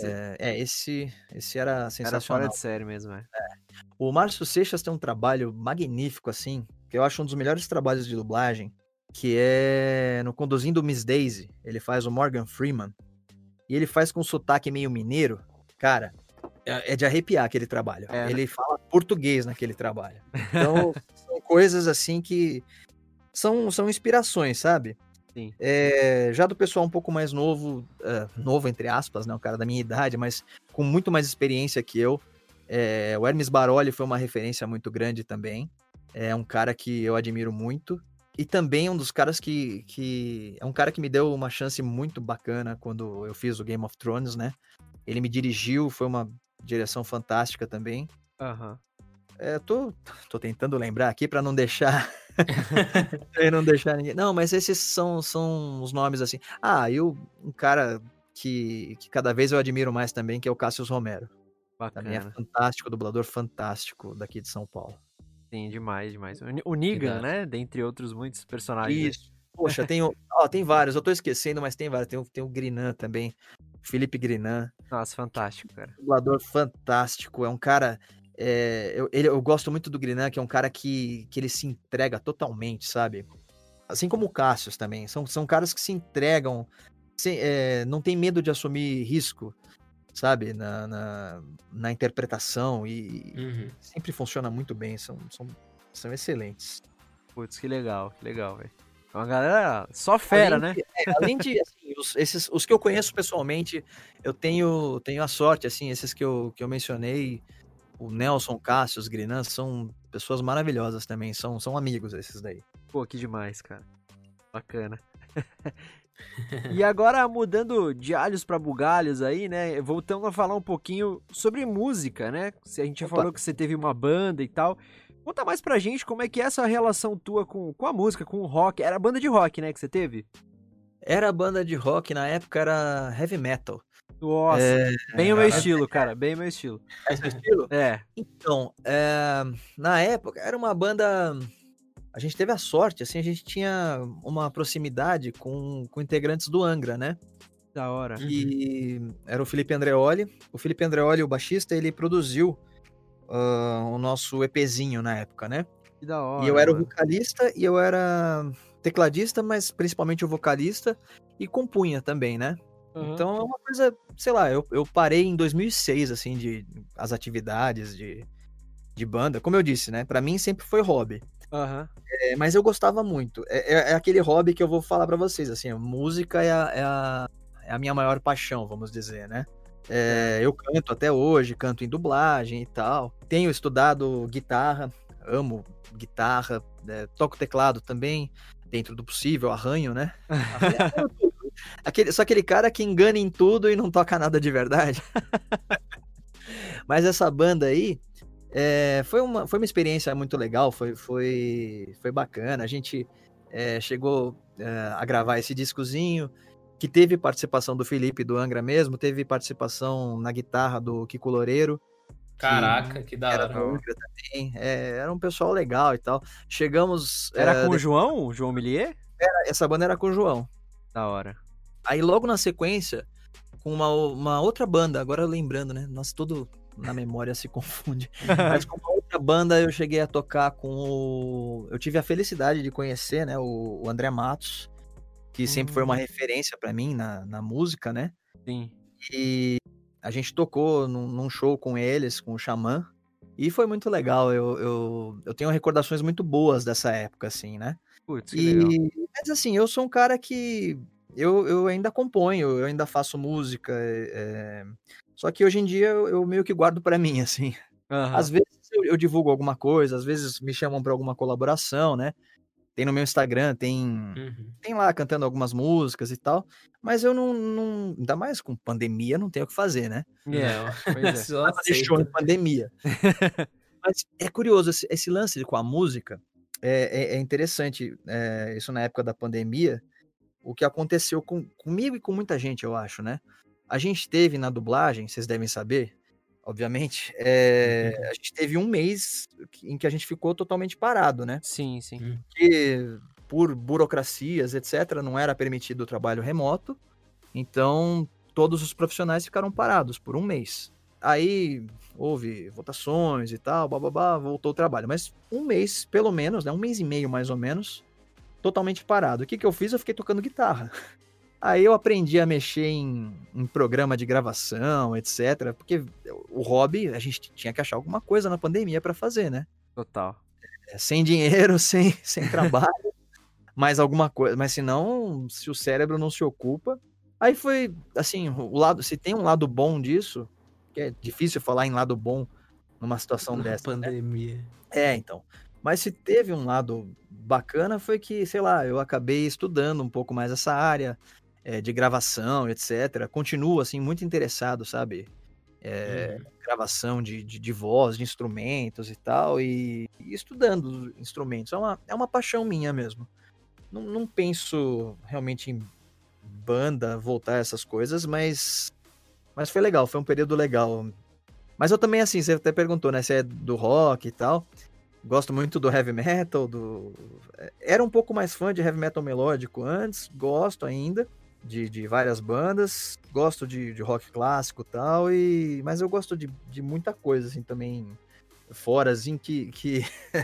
Speaker 4: Esse era
Speaker 1: era fora
Speaker 4: sensacional.
Speaker 1: de série mesmo, é.
Speaker 4: O Márcio Seixas tem um trabalho magnífico, assim, que eu acho um dos melhores trabalhos de dublagem, que é no Conduzindo Miss Daisy. Ele faz o Morgan Freeman. E ele faz com sotaque meio mineiro. Cara, é de arrepiar aquele trabalho.
Speaker 1: É, né?
Speaker 4: Ele fala português naquele trabalho. Então, são coisas assim que são inspirações, sabe?
Speaker 1: Sim.
Speaker 4: Já do pessoal um pouco mais novo, novo entre aspas, né? O cara da minha idade, mas com muito mais experiência que eu. O Hermes Baroli foi uma referência muito grande também. É um cara que eu admiro muito. E também um dos caras que... É um cara que me deu uma chance muito bacana quando eu fiz o Game of Thrones, né? Ele me dirigiu, foi uma direção fantástica também.
Speaker 1: Aham.
Speaker 4: Tô tentando lembrar aqui pra não deixar... pra não deixar ninguém... Não, mas esses são os nomes assim. E um cara que cada vez eu admiro mais também, que é o Cássio Romero. Também é
Speaker 1: Bacana.
Speaker 4: fantástico, dublador fantástico daqui de São Paulo.
Speaker 1: Sim, demais, demais. O Negan,
Speaker 2: Exato.
Speaker 1: né? Dentre outros muitos personagens. Aí.
Speaker 4: Isso. Poxa, tem vários, eu tô esquecendo, mas tem vários. Tem o Grinan também, Felipe Grinan,
Speaker 1: Nossa, fantástico, cara.
Speaker 4: dublador fantástico, é um cara... eu gosto muito do Grinan, que é um cara que ele se entrega totalmente, sabe? Assim como o Cassius também, são caras que se entregam, não tem medo de assumir risco, sabe? Na interpretação e
Speaker 2: Uhum.
Speaker 4: sempre funciona muito bem, são excelentes.
Speaker 1: Putz, que legal, velho. É uma galera só fera, né?
Speaker 4: Além de assim, os que eu conheço pessoalmente, eu tenho a sorte, assim, esses que eu mencionei, o Nelson, o Cássio, os Grinan, são pessoas maravilhosas também, são amigos esses daí.
Speaker 1: Pô, que demais, cara. Bacana. E agora, mudando de alhos pra bugalhos aí, né? Voltando a falar um pouquinho sobre música, né? A gente já
Speaker 4: Opa.
Speaker 1: falou que você teve uma banda e tal. Conta mais pra gente como é que é essa relação tua com a música, com o rock. Era banda de rock, né, que você teve?
Speaker 4: Era banda de rock, na época era heavy metal.
Speaker 1: Nossa, bem o meu estilo, cara. Bem o meu estilo.
Speaker 4: É esse estilo?
Speaker 1: É.
Speaker 4: Então, na época, era uma banda... A gente teve a sorte, assim, a gente tinha uma proximidade com integrantes do Angra, né?
Speaker 1: Da hora.
Speaker 4: E era o Felipe Andreoli. O Felipe Andreoli, o baixista, ele produziu o nosso EPzinho na época, né?
Speaker 1: Que da hora.
Speaker 4: E eu era o
Speaker 1: mano.
Speaker 4: vocalista e eu era tecladista, mas principalmente o vocalista e compunha também, né?
Speaker 1: Uhum.
Speaker 4: Então é uma coisa, sei lá, eu parei em 2006, assim, as atividades de banda. Como eu disse, né? Pra mim sempre foi hobby.
Speaker 1: Aham.
Speaker 4: Mas eu gostava muito. É aquele hobby que eu vou falar pra vocês, assim, a música é a minha maior paixão, vamos dizer, né? Eu canto até hoje, canto em dublagem e tal. Tenho estudado guitarra, amo guitarra, toco teclado também, dentro do possível, arranho, né? Arranho tudo. Só aquele cara que engana em tudo e não toca nada de verdade. Mas essa banda aí, foi uma experiência muito legal, foi bacana. A gente chegou a gravar esse discozinho, que teve participação do Felipe do Angra mesmo, teve participação na guitarra do Kiko Loureiro.
Speaker 2: Caraca, que da
Speaker 4: Era
Speaker 2: hora.
Speaker 4: do Angra também. Era um pessoal legal e tal. Chegamos...
Speaker 1: Era com o João? O João Millier?
Speaker 4: Essa banda era com o João.
Speaker 1: Da hora.
Speaker 4: Aí logo na sequência, com uma outra banda, agora lembrando, né? Nossa, tudo na memória se confunde. Mas com uma outra banda eu cheguei a tocar eu tive a felicidade de conhecer, né, o André Matos, que sempre foi uma referência pra mim na música, né?
Speaker 1: Sim.
Speaker 4: E a gente tocou num show com eles, com o Xamã, e foi muito legal. Eu tenho recordações muito boas dessa época, assim, né?
Speaker 1: Putz, que legal.
Speaker 4: Mas assim, eu sou um cara que eu ainda componho, eu ainda faço música, só que hoje em dia eu meio que guardo pra mim, assim.
Speaker 1: Aham.
Speaker 4: Às vezes eu divulgo alguma coisa, às vezes me chamam pra alguma colaboração, né? Tem no meu Instagram,
Speaker 2: Uhum.
Speaker 4: tem lá cantando algumas músicas e tal, mas eu ainda mais com pandemia, não tenho o que fazer, né?
Speaker 2: Não,
Speaker 1: Pois é.
Speaker 2: só
Speaker 4: Vai fazer show em
Speaker 2: aceita.
Speaker 4: pandemia. Mas é curioso, esse lance com a música é interessante. Isso na época da pandemia, o que aconteceu comigo e com muita gente, eu acho, né? A gente teve na dublagem, vocês devem saber, obviamente, a gente teve um mês em que a gente ficou totalmente parado, né?
Speaker 1: Sim, sim.
Speaker 4: Porque por burocracias, etc., não era permitido o trabalho remoto, então todos os profissionais ficaram parados por um mês. Aí houve votações e tal, bababá, voltou o trabalho. Mas um mês, pelo menos, né, um mês e meio mais ou menos, totalmente parado. O que eu fiz? Eu fiquei tocando guitarra. Aí eu aprendi a mexer em programa de gravação, etc. Porque o hobby, a gente tinha que achar alguma coisa na pandemia para fazer, né?
Speaker 1: Total.
Speaker 4: Sem dinheiro, sem trabalho, mais alguma coisa. Mas senão, se o cérebro não se ocupa... Aí foi, assim, se tem um lado bom disso, que é difícil falar em lado bom numa situação
Speaker 2: Na
Speaker 4: dessa, né?
Speaker 2: pandemia.
Speaker 4: Então. Mas se teve um lado bacana foi que, sei lá, eu acabei estudando um pouco mais essa área de gravação, etc. Continuo, assim, muito interessado, sabe? Gravação de voz, de instrumentos e tal, e estudando instrumentos. É uma paixão minha mesmo. Não penso realmente em banda, voltar a essas coisas, mas foi legal, foi um período legal. Mas eu também, assim, você até perguntou, né, se é do rock e tal. Gosto muito do heavy metal, era um pouco mais fã de heavy metal melódico antes, gosto ainda de várias bandas, gosto de rock clássico e tal, mas eu gosto de muita coisa, assim, também, fora, assim, que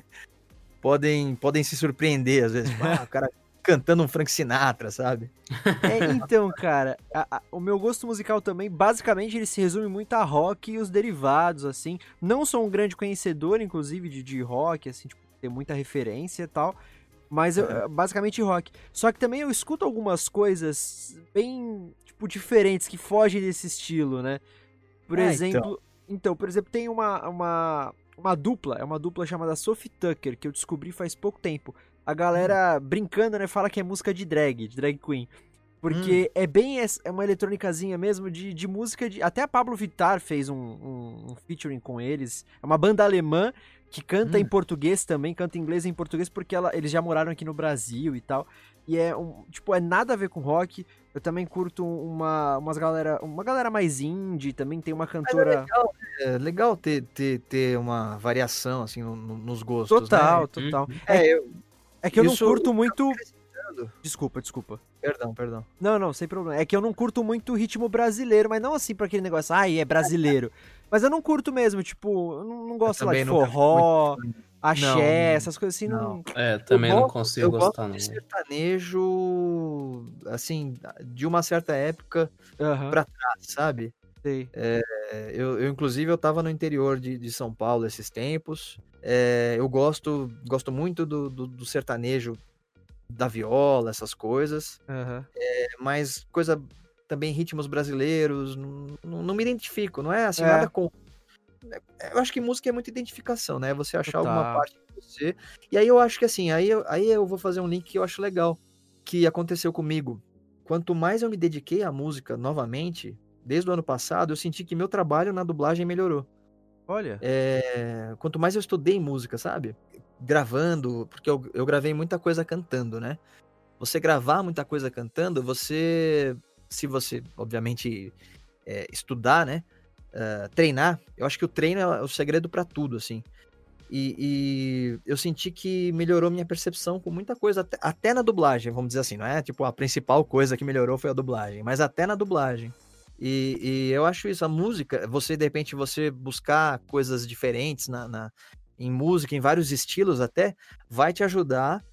Speaker 4: podem se surpreender, às vezes, tipo, o cara cantando um Frank Sinatra, sabe?
Speaker 1: Então, cara, o meu gosto musical também, basicamente, ele se resume muito a rock e os derivados, assim. Não sou um grande conhecedor, inclusive, de rock, assim, tipo, tem muita referência e tal, mas basicamente rock. Só que também eu escuto algumas coisas bem, tipo, diferentes, que fogem desse estilo, né? Por exemplo, por exemplo, tem uma dupla chamada Sophie Tucker, que eu descobri faz pouco tempo. A galera brincando, né, fala que é música de drag queen. Porque é uma eletrônicazinha mesmo de música de... Até a Pablo Vittar fez um featuring com eles. É uma banda alemã que canta em português também, canta em inglês e em português, porque eles já moraram aqui no Brasil e tal. E é tipo, é nada a ver com rock. Eu também curto uma galera mais indie, também tem uma cantora...
Speaker 4: É legal ter uma variação, assim, nos gostos,
Speaker 1: Total,
Speaker 4: né?
Speaker 1: total.
Speaker 4: Eu
Speaker 1: É que eu não
Speaker 4: isso
Speaker 1: curto muito...
Speaker 4: precisando.
Speaker 1: Desculpa.
Speaker 4: Perdão.
Speaker 1: Não, sem problema. É que eu não curto muito o ritmo brasileiro, mas não assim pra aquele negócio, é brasileiro. Mas eu não curto mesmo, tipo, eu não gosto lá de forró, axé, essas coisas assim, não...
Speaker 2: Também não consigo gostar,
Speaker 4: Eu
Speaker 2: não.
Speaker 4: gosto de sertanejo, assim, de uma certa época pra trás, sabe?
Speaker 1: Sei.
Speaker 4: Eu inclusive, eu tava no interior de São Paulo esses tempos. Eu gosto muito do sertanejo, da viola, essas coisas. Mas coisa também, ritmos brasileiros, não me identifico, não é assim, nada com... Eu acho que música é muita identificação, né? Você achar alguma parte de você. E aí eu acho que assim, aí eu vou fazer um link que eu acho legal, que aconteceu comigo. Quanto mais eu me dediquei à música novamente, desde o ano passado, eu senti que meu trabalho na dublagem melhorou.
Speaker 1: Olha.
Speaker 4: Quanto mais eu estudei música, sabe? Gravando, porque eu gravei muita coisa cantando, né? Você gravar muita coisa cantando, se você, obviamente, estudar, né? Treinar, eu acho que o treino é o segredo pra tudo, assim. E eu senti que melhorou minha percepção com muita coisa, até na dublagem, vamos dizer assim, não é tipo a principal coisa que melhorou foi a dublagem, mas até na dublagem. E eu acho isso, a música, de repente, você buscar coisas diferentes em música, em vários estilos até, vai te ajudar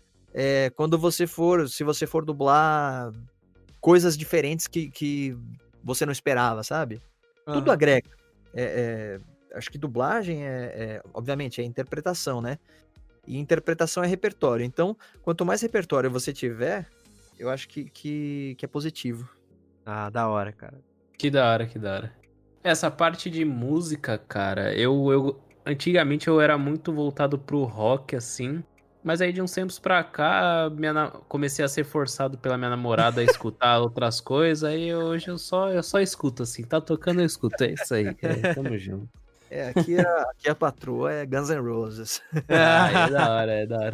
Speaker 4: se você for dublar coisas diferentes que você não esperava, sabe? Tudo agrega. Acho que dublagem obviamente, é interpretação, né? E interpretação é repertório. Então, quanto mais repertório você tiver, eu acho que é positivo.
Speaker 1: Ah, da hora, cara.
Speaker 2: Que da hora. Essa parte de música, cara, antigamente eu era muito voltado pro rock, assim. Mas aí de uns tempos pra cá, comecei a ser forçado pela minha namorada a escutar outras coisas. Aí hoje eu só escuto, assim. Tá tocando, eu escuto. É isso aí. Tamo junto.
Speaker 4: Aqui a patroa é Guns N' Roses.
Speaker 2: É da hora.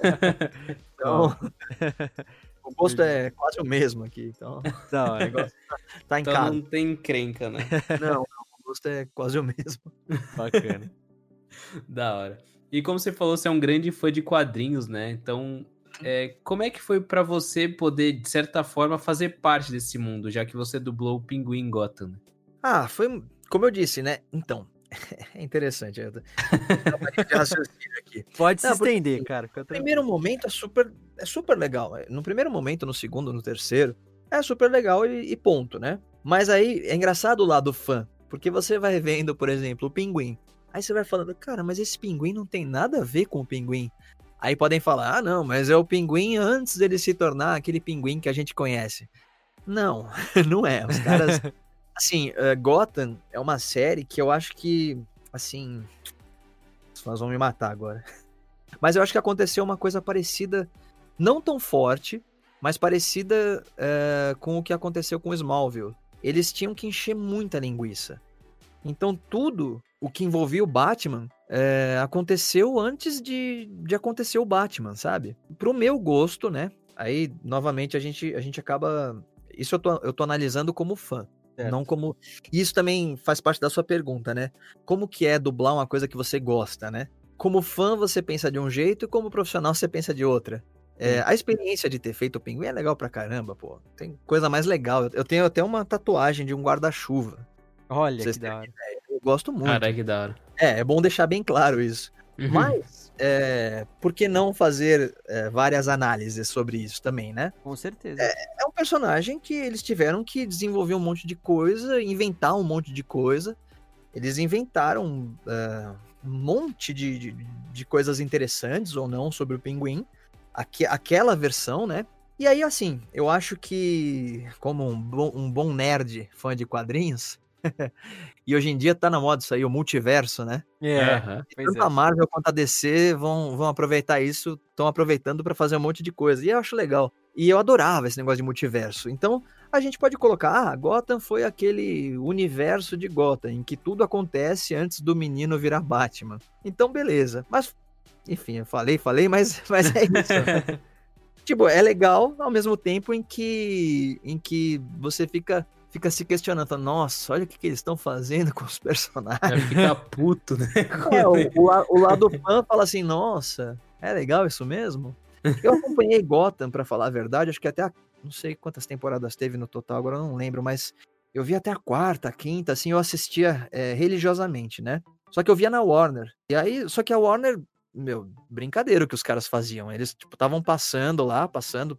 Speaker 4: Então, o gosto é quase o mesmo aqui, então
Speaker 1: Da
Speaker 4: o
Speaker 1: hora.
Speaker 4: negócio tá em
Speaker 2: Então
Speaker 4: casa.
Speaker 2: não tem encrenca, né?
Speaker 4: Não, o gosto é quase o mesmo.
Speaker 1: Bacana.
Speaker 2: Da hora. E como você falou, você é um grande fã de quadrinhos, né? Então, como é que foi pra você poder, de certa forma, fazer parte desse mundo, já que você dublou o Pinguim em Gotham?
Speaker 4: Foi, como eu disse, né? Então, é interessante. Eu tenho uma linha de raciocínio aqui.
Speaker 1: Pode se estender, cara.
Speaker 4: No primeiro momento é super legal. No primeiro momento, no segundo, no terceiro, é super legal e ponto, né? Mas aí é engraçado o lado fã, porque você vai vendo, por exemplo, o Pinguim. Aí você vai falando, cara, mas esse Pinguim não tem nada a ver com o Pinguim. Aí podem falar, não, mas é o Pinguim antes dele se tornar aquele Pinguim que a gente conhece. Não, não é. Os caras... Assim, Gotham é uma série que eu acho que, assim... Nós vamos me matar agora. Mas eu acho que aconteceu uma coisa parecida, não tão forte, mas parecida com o que aconteceu com Smallville. Eles tinham que encher muita linguiça. Então tudo o que envolvia o Batman aconteceu antes de acontecer o Batman, sabe? Pro meu gosto, né? Aí, novamente, a gente acaba... Isso eu tô analisando como fã. Certo. Não como... Isso também faz parte da sua pergunta, né? Como que é dublar uma coisa que você gosta, né? como fã você pensa de um jeito e como profissional você pensa de outra. A experiência de ter feito o Pinguim é legal pra caramba, pô. Tem coisa mais legal. Eu tenho até uma tatuagem de um guarda-chuva.
Speaker 1: Olha
Speaker 4: Vocês
Speaker 1: que da
Speaker 4: terem
Speaker 1: hora.
Speaker 4: ideia. Eu gosto muito.
Speaker 2: Caralho, que da hora.
Speaker 4: É bom deixar bem claro isso.
Speaker 2: Uhum.
Speaker 4: Mas, por que não fazer várias análises sobre isso também, né?
Speaker 1: Com certeza.
Speaker 4: É um personagem que eles tiveram que desenvolver um monte de coisa, inventar um monte de coisa. Eles inventaram um monte de coisas interessantes ou não sobre o Pinguim. Aquela versão, né? E aí, assim, eu acho que, como um bom nerd fã de quadrinhos, e hoje em dia tá na moda isso aí, o multiverso, né?
Speaker 2: Aham.
Speaker 1: Pois
Speaker 4: Tanto a Marvel quanto a DC vão aproveitar isso, estão aproveitando pra fazer um monte de coisa. E eu acho legal. E eu adorava esse negócio de multiverso. Então, a gente pode colocar, Gotham foi aquele universo de Gotham, em que tudo acontece antes do menino virar Batman. Então, beleza. Mas, enfim, eu falei, mas é isso. Tipo, é legal ao mesmo tempo em que você fica se questionando, fala, nossa, olha o que eles estão fazendo com os personagens.
Speaker 2: Fica puto, né?
Speaker 4: O lado fã fala assim, nossa, é legal isso mesmo? Eu acompanhei Gotham, pra falar a verdade, acho que até não sei quantas temporadas teve no total, agora eu não lembro, mas eu vi até a quarta, a quinta, assim, eu assistia religiosamente, né? Só que eu via na Warner. E aí, só que a Warner, meu, brincadeira o que os caras faziam. Eles, tipo, estavam passando lá, passando,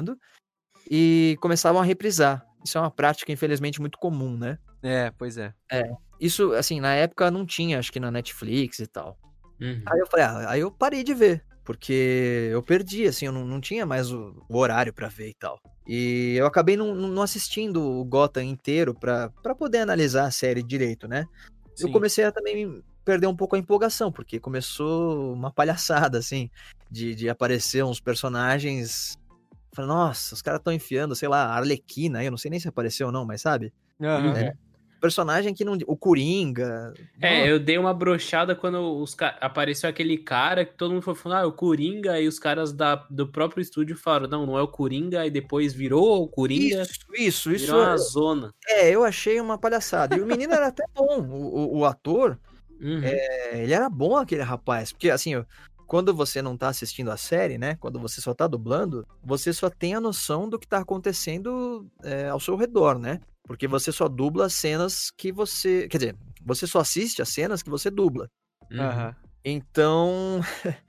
Speaker 4: e começavam a reprisar. Isso é uma prática, infelizmente, muito comum, né?
Speaker 1: Pois é.
Speaker 4: Isso, assim, na época não tinha, acho que na Netflix e tal.
Speaker 2: Uhum.
Speaker 4: Aí eu falei, aí eu parei de ver, porque eu perdi, assim, eu não tinha mais o horário pra ver e tal. E eu acabei não assistindo o Gotham inteiro pra poder analisar a série direito, né? Eu
Speaker 1: Sim.
Speaker 4: comecei a também perder um pouco a empolgação, porque começou uma palhaçada, assim, de aparecer uns personagens. Falei, nossa, os caras estão enfiando, sei lá, a Arlequina aí, eu não sei nem se apareceu ou não, mas sabe?
Speaker 1: Aham.
Speaker 4: Personagem que não. O Coringa.
Speaker 2: Eu dei uma brochada quando apareceu aquele cara que todo mundo foi falando, é o Coringa, e os caras do próprio estúdio falaram, não é o Coringa, e depois virou o Coringa.
Speaker 4: Isso.
Speaker 2: Virou uma zona.
Speaker 4: Eu achei uma palhaçada. E o menino era até bom, o ator,
Speaker 2: Uhum.
Speaker 4: ele era bom aquele rapaz, porque assim, quando você não tá assistindo a série, né, quando você só tá dublando, você só tem a noção do que tá acontecendo ao seu redor, né, porque você só dubla as cenas que você, quer dizer, você só assiste as cenas que você dubla.
Speaker 1: Aham.
Speaker 4: Então,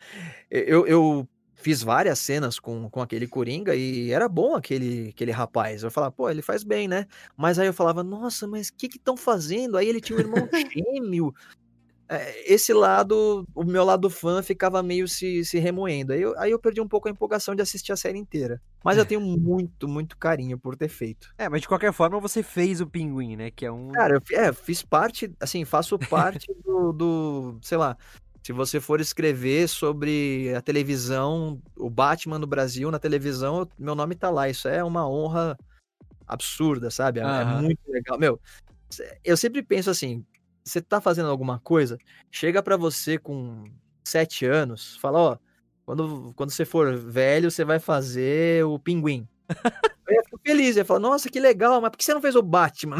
Speaker 4: eu fiz várias cenas com aquele Coringa e era bom aquele rapaz. Eu falava, pô, ele faz bem, né? Mas aí eu falava, nossa, mas o que estão fazendo? Aí ele tinha um irmão gêmeo. Esse lado, o meu lado fã ficava meio se remoendo. Aí eu perdi um pouco a empolgação de assistir a série inteira. Mas eu tenho muito, muito carinho por ter feito.
Speaker 1: Mas de qualquer forma você fez o Pinguim, né? Que é um...
Speaker 4: Cara, eu fiz parte, assim, faço parte do, sei lá, se você for escrever sobre a televisão, o Batman no Brasil na televisão, meu nome tá lá. Isso é uma honra absurda, sabe? É
Speaker 1: Aham.
Speaker 4: muito legal. Meu, eu sempre penso assim, você tá fazendo alguma coisa, chega pra você com 7 anos, fala, ó, quando você for velho, você vai fazer o Pinguim. Eu ia ficar feliz, eu ia falar, nossa, que legal, mas por que você não fez o Batman?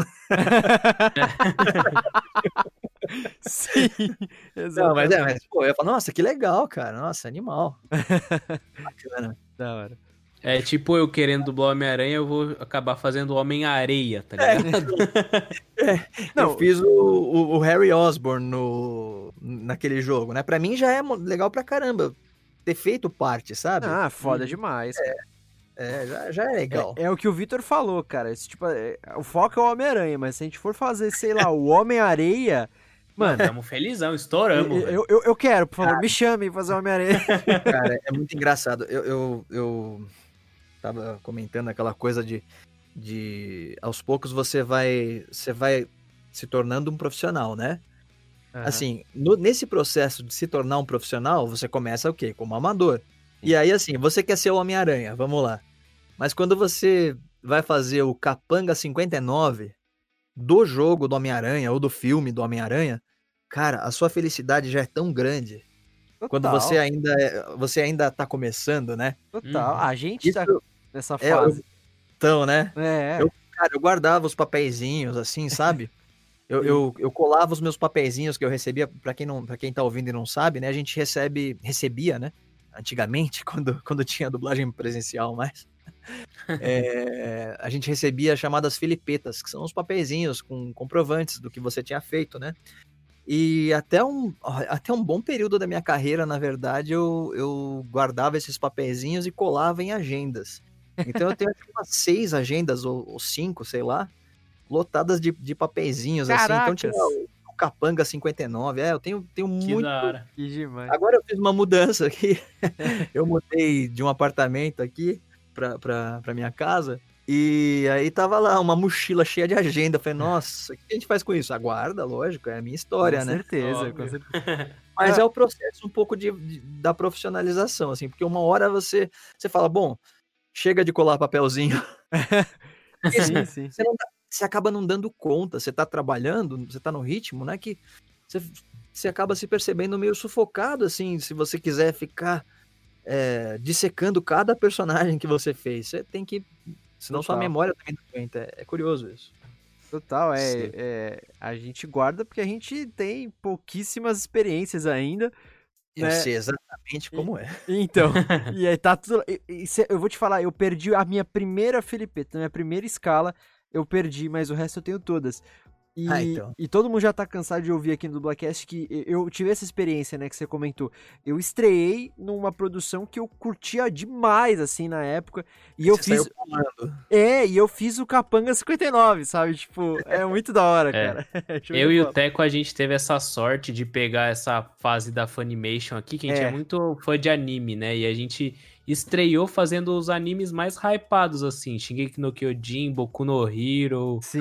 Speaker 1: Sim,
Speaker 4: Não, mas
Speaker 1: exatamente.
Speaker 4: pô, eu ia falar, nossa, que legal, cara, nossa, animal. Bacana.
Speaker 1: Da hora.
Speaker 2: É tipo eu querendo dublar o Homem-Aranha, eu vou acabar fazendo o Homem-Areia, tá ligado?
Speaker 1: Não,
Speaker 4: Eu fiz o Harry Osborn naquele jogo, né? Pra mim já é legal pra caramba ter feito parte, sabe?
Speaker 1: foda demais, cara.
Speaker 4: Já é legal.
Speaker 1: É o que o Vitor falou, cara. Esse, tipo, o foco é o Homem-Aranha, mas se a gente for fazer, sei lá, o Homem-Areia, mano,
Speaker 2: Tamo felizão, estouramos, velho.
Speaker 1: eu quero, por favor, me chame pra fazer o Homem-Aranha.
Speaker 4: Cara, é muito engraçado. Eu tava comentando aquela coisa de aos poucos você vai se tornando um profissional, né? Assim, nesse processo de se tornar um profissional, você começa o quê? Como amador. E aí, assim, você quer ser o Homem-Aranha, vamos lá. Mas quando você vai fazer o Capanga 59 do jogo do Homem-Aranha ou do filme do Homem-Aranha, cara, a sua felicidade já é tão grande. Quando você ainda tá começando, né?
Speaker 1: Total. A gente tá
Speaker 4: Isso
Speaker 1: nessa
Speaker 4: é
Speaker 1: fase.
Speaker 4: então, né?
Speaker 1: É.
Speaker 4: Eu guardava os papeizinhos assim, sabe? Eu colava os meus papeizinhos que eu recebia, pra quem tá ouvindo e não sabe, né? A gente recebia, né? Antigamente, quando tinha dublagem presencial mais, a gente recebia chamadas filipetas, que são os papeizinhos com comprovantes do que você tinha feito, né? E até um bom período da minha carreira, na verdade, eu guardava esses papeizinhos e colava em agendas. Então eu tenho acho que umas 6 agendas, ou 5, sei lá, lotadas de papeizinhos, assim. Então tinha
Speaker 1: Caracas!
Speaker 4: o Capanga 59, eu tenho
Speaker 2: Que
Speaker 4: muito...
Speaker 2: da hora.
Speaker 1: Que demais.
Speaker 4: Agora eu fiz uma mudança aqui, eu mudei de um apartamento aqui pra minha casa, e aí tava lá uma mochila cheia de agenda. Eu falei, nossa, o que a gente faz com isso? Aguarda, lógico, é a minha história,
Speaker 1: Com
Speaker 4: né?
Speaker 1: certeza, com
Speaker 2: Óbvio.
Speaker 1: certeza.
Speaker 4: Mas é o processo um pouco da profissionalização, assim, porque uma hora você fala, bom, chega de colar papelzinho.
Speaker 1: Sim, sim.
Speaker 4: Você acaba não dando conta, você tá trabalhando, você tá no ritmo, né, que você acaba se percebendo meio sufocado, assim, se você quiser ficar dissecando cada personagem que você fez. Você tem que, senão sua
Speaker 1: Total.
Speaker 4: memória também não aguenta. É curioso isso.
Speaker 1: Total,
Speaker 4: Sim.
Speaker 1: a gente guarda porque a gente tem pouquíssimas experiências ainda,
Speaker 4: Eu
Speaker 1: né?
Speaker 4: sei exatamente como é.
Speaker 1: Então, e aí tá tudo. Eu vou te falar, eu perdi a minha primeira filipeta, a minha primeira escala, eu perdi, mas o resto eu tenho todas.
Speaker 4: Então.
Speaker 1: E todo mundo já tá cansado de ouvir aqui no Dublacast que eu tive essa experiência, né, que você comentou. Eu estreiei numa produção que eu curtia demais, assim, na época. E eu
Speaker 4: Você
Speaker 1: fiz.
Speaker 4: saiu pulando.
Speaker 1: E eu fiz o Capanga 59, sabe? Tipo, é muito da hora,
Speaker 2: É.
Speaker 1: cara. Show
Speaker 2: Eu
Speaker 1: de
Speaker 2: e o
Speaker 1: bola.
Speaker 2: Teco, a gente teve essa sorte de pegar essa fase da Funimation aqui, que a gente é
Speaker 1: É.
Speaker 2: muito fã de anime, né? E a gente estreou fazendo os animes mais hypados, assim. Shingeki no Kyojin, Boku no Hero.
Speaker 1: Sim.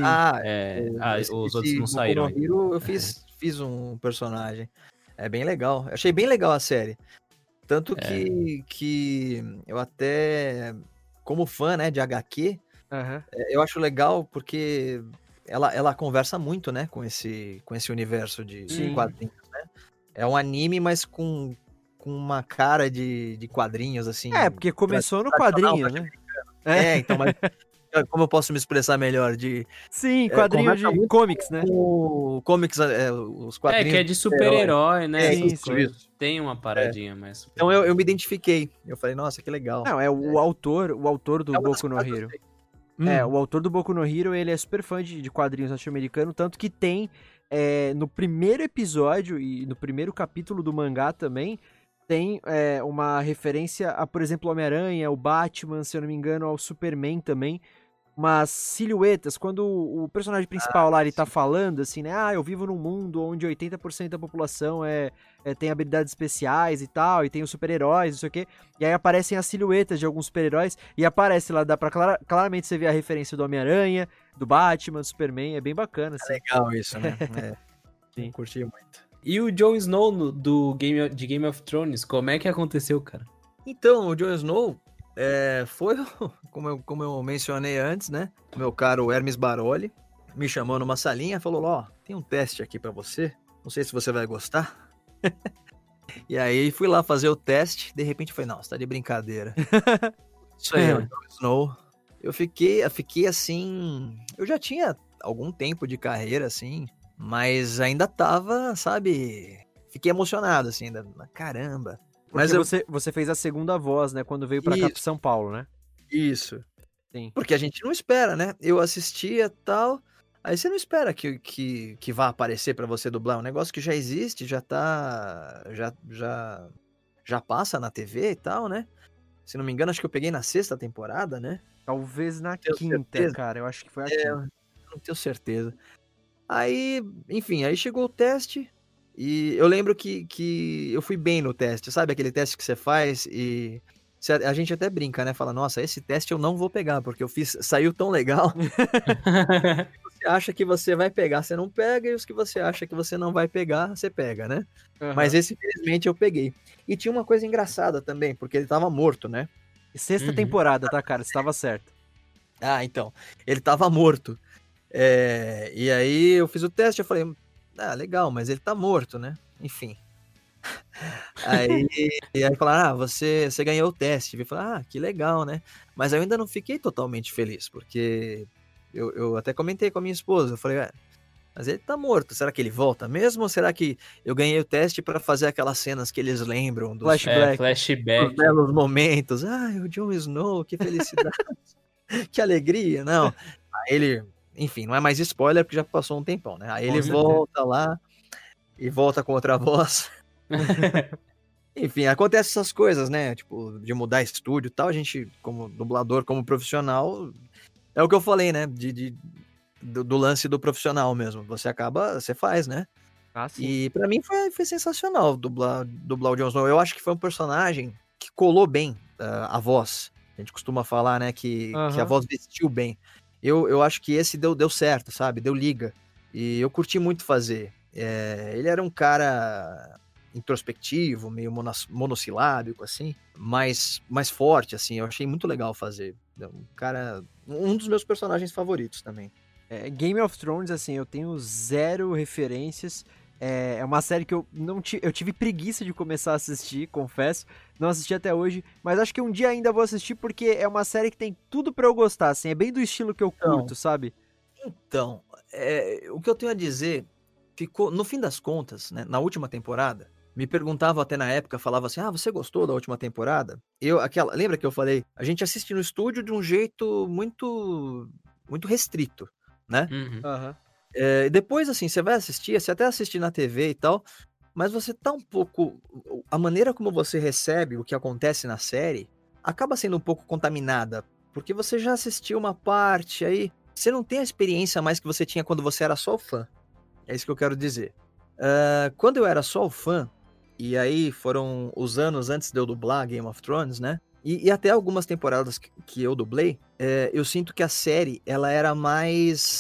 Speaker 2: Os outros não
Speaker 4: Boku
Speaker 2: saíram
Speaker 4: no
Speaker 2: ainda.
Speaker 4: Hero, eu fiz um personagem. É bem legal. Eu achei bem legal a série. Tanto que eu até, como fã, né, de HQ,
Speaker 1: Aham.
Speaker 4: eu acho legal porque ela conversa muito, né, com esse universo de
Speaker 1: Sim.
Speaker 4: quadrinhos, né? É um anime, mas com uma cara de quadrinhos, assim.
Speaker 1: Porque começou no
Speaker 4: tradicional,
Speaker 1: quadrinho, né?
Speaker 4: então, mas como eu posso me expressar melhor?
Speaker 1: Sim, quadrinho
Speaker 4: Conversa
Speaker 1: de
Speaker 4: muito
Speaker 1: comics, né?
Speaker 4: com comics, os
Speaker 2: É,
Speaker 4: quadrinhos.
Speaker 2: que é de super-herói, né?
Speaker 1: Sim,
Speaker 2: Essas
Speaker 1: sim.
Speaker 2: coisas. Tem uma paradinha mais.
Speaker 4: Então eu me identifiquei. Eu falei, nossa, que legal.
Speaker 1: Não, o autor do
Speaker 4: É uma das
Speaker 1: Boku no
Speaker 4: coisas que eu
Speaker 1: Hero.
Speaker 4: sei.
Speaker 1: O autor do Boku no Hero, ele é super fã de quadrinhos norte-americanos, tanto que tem no primeiro episódio e no primeiro capítulo do mangá também, tem uma referência a, por exemplo, o Homem-Aranha, o Batman, se eu não me engano, ao Superman também, umas silhuetas, quando o personagem principal lá, ele tá falando assim, né, eu vivo num mundo onde 80% da população tem habilidades especiais e tal, e tem os super-heróis, não sei o quê, e aí aparecem as silhuetas de alguns super-heróis, e aparece lá, dá pra claramente você ver a referência do Homem-Aranha, do Batman, do Superman, é bem bacana, assim.
Speaker 4: Legal isso, né?
Speaker 1: Sim.
Speaker 4: Curti muito.
Speaker 2: E o Jon Snow de Game of Thrones, como é que aconteceu, cara?
Speaker 4: Então, o Jon Snow foi, como eu mencionei antes, né? Meu caro Hermes Baroli me chamou numa salinha e falou, tem um teste aqui pra você, não sei se você vai gostar. E aí fui lá fazer o teste, de repente falei, não, você tá de brincadeira. Isso aí, é o Jon Snow. Eu fiquei assim, eu já tinha algum tempo de carreira, assim, mas ainda tava, sabe, fiquei emocionado, assim, caramba.
Speaker 1: Mas
Speaker 4: Mas
Speaker 1: você fez a segunda voz, né, quando veio pra cá pra São Paulo, né?
Speaker 4: Isso.
Speaker 1: Sim.
Speaker 4: Porque a gente não espera, né? Eu assistia e tal, aí você não espera que vá aparecer pra você dublar um negócio que já existe, já tá, já passa na TV e tal, né? Se não me engano, acho que eu peguei na 6ª temporada, né?
Speaker 1: Talvez na
Speaker 4: Tenho
Speaker 1: 5ª,
Speaker 4: certeza.
Speaker 1: cara, eu acho que foi a 5ª.
Speaker 4: Não tenho certeza. Aí, enfim, aí chegou o teste e eu lembro que eu fui bem no teste, sabe? Aquele teste que você faz e a gente até brinca, né? Fala, nossa, esse teste eu não vou pegar, porque eu fiz, saiu tão legal. Você acha que você vai pegar, você não pega, e os que você acha que você não vai pegar, você pega, né?
Speaker 1: Uhum.
Speaker 4: Mas esse, infelizmente, eu peguei. E tinha uma coisa engraçada também, porque ele tava morto, né?
Speaker 1: 6ª temporada, tá, cara? Você tava certo.
Speaker 4: Então, ele tava morto. E aí eu fiz o teste, eu falei, legal, mas ele tá morto, né? Enfim. Aí falaram, você ganhou o teste. Eu falei, que legal, né? Mas eu ainda não fiquei totalmente feliz, porque eu até comentei com a minha esposa, eu falei, Mas ele tá morto. Será que ele volta mesmo? Ou será que eu ganhei o teste pra fazer aquelas cenas que eles lembram dos
Speaker 2: Flashback.
Speaker 4: belos momentos? Ai, o Jon Snow, que felicidade, que alegria. Não. Aí ele, enfim, não é mais spoiler porque já passou um tempão, né? Aí ele volta lá e volta com outra voz. Enfim, acontece essas coisas, né? Tipo, de mudar estúdio e tal. A gente, como dublador, como profissional, é o que eu falei, né? Do lance do profissional mesmo. Você faz, né?
Speaker 1: Ah, sim.
Speaker 4: E pra mim foi sensacional dublar o Jon Snow. Eu acho que foi um personagem que colou bem a voz. A gente costuma falar, né, que a voz vestiu bem. Eu acho que esse deu certo, sabe? Deu liga. E eu curti muito fazer. Ele era um cara introspectivo, meio monossilábico, assim, mais forte, assim. Eu achei muito legal fazer. Um dos meus personagens favoritos também.
Speaker 1: Game of Thrones, assim, eu tenho zero referências. É uma série que eu tive preguiça de começar a assistir, confesso. Não assisti até hoje, mas acho que um dia ainda vou assistir porque é uma série que tem tudo pra eu gostar, assim. É bem do estilo que eu curto, sabe?
Speaker 4: Então, o que eu tenho a dizer, ficou, no fim das contas, né, na última temporada, me perguntavam até na época, falava assim, você gostou da última temporada? Lembra que eu falei? A gente assiste no estúdio de um jeito muito, muito restrito, né? Depois, assim, você vai assistir, você até assiste na TV e tal, mas você tá um pouco... A maneira como você recebe o que acontece na série acaba sendo um pouco contaminada, porque você já assistiu uma parte, aí você não tem a experiência mais que você tinha quando você era só o fã. É isso que eu quero dizer. Quando eu era só o fã, e aí foram os anos antes de eu dublar Game of Thrones, né? E até algumas temporadas que eu dublei, eu sinto que a série, ela era mais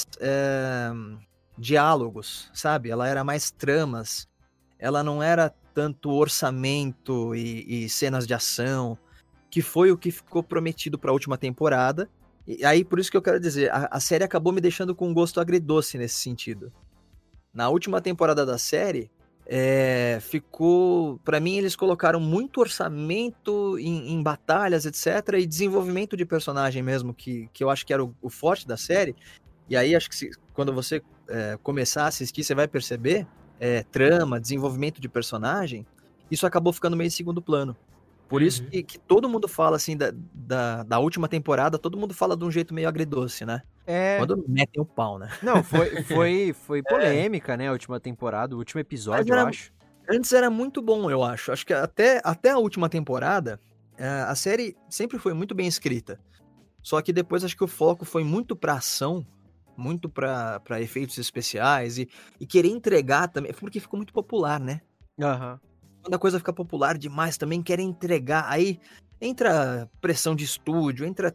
Speaker 4: diálogos, sabe? Ela era mais tramas. Ela não era tanto orçamento e cenas de ação, que foi o que ficou prometido para a última temporada. E aí, por isso que eu quero dizer, a série acabou me deixando com um gosto agridoce nesse sentido. Na última temporada da série, ficou... Pra mim, eles colocaram muito orçamento em batalhas, etc. E desenvolvimento de personagem mesmo, que eu acho que era o forte da série. E aí, acho que quando você começar a assistir, você vai perceber trama, desenvolvimento de personagem. Isso acabou ficando meio em segundo plano. Por isso que todo mundo fala, assim, da última temporada, todo mundo fala de um jeito meio agridoce, né? Quando metem o pau, né?
Speaker 1: Não, foi polêmica, né, a última temporada, o último episódio, eu acho.
Speaker 4: Antes era muito bom, eu acho. Acho que até a última temporada, a série sempre foi muito bem escrita. Só que depois acho que o foco foi muito pra ação, muito pra efeitos especiais e querer entregar também, porque ficou muito popular, né? Quando a coisa fica popular demais também, querem entregar. Aí entra pressão de estúdio, entra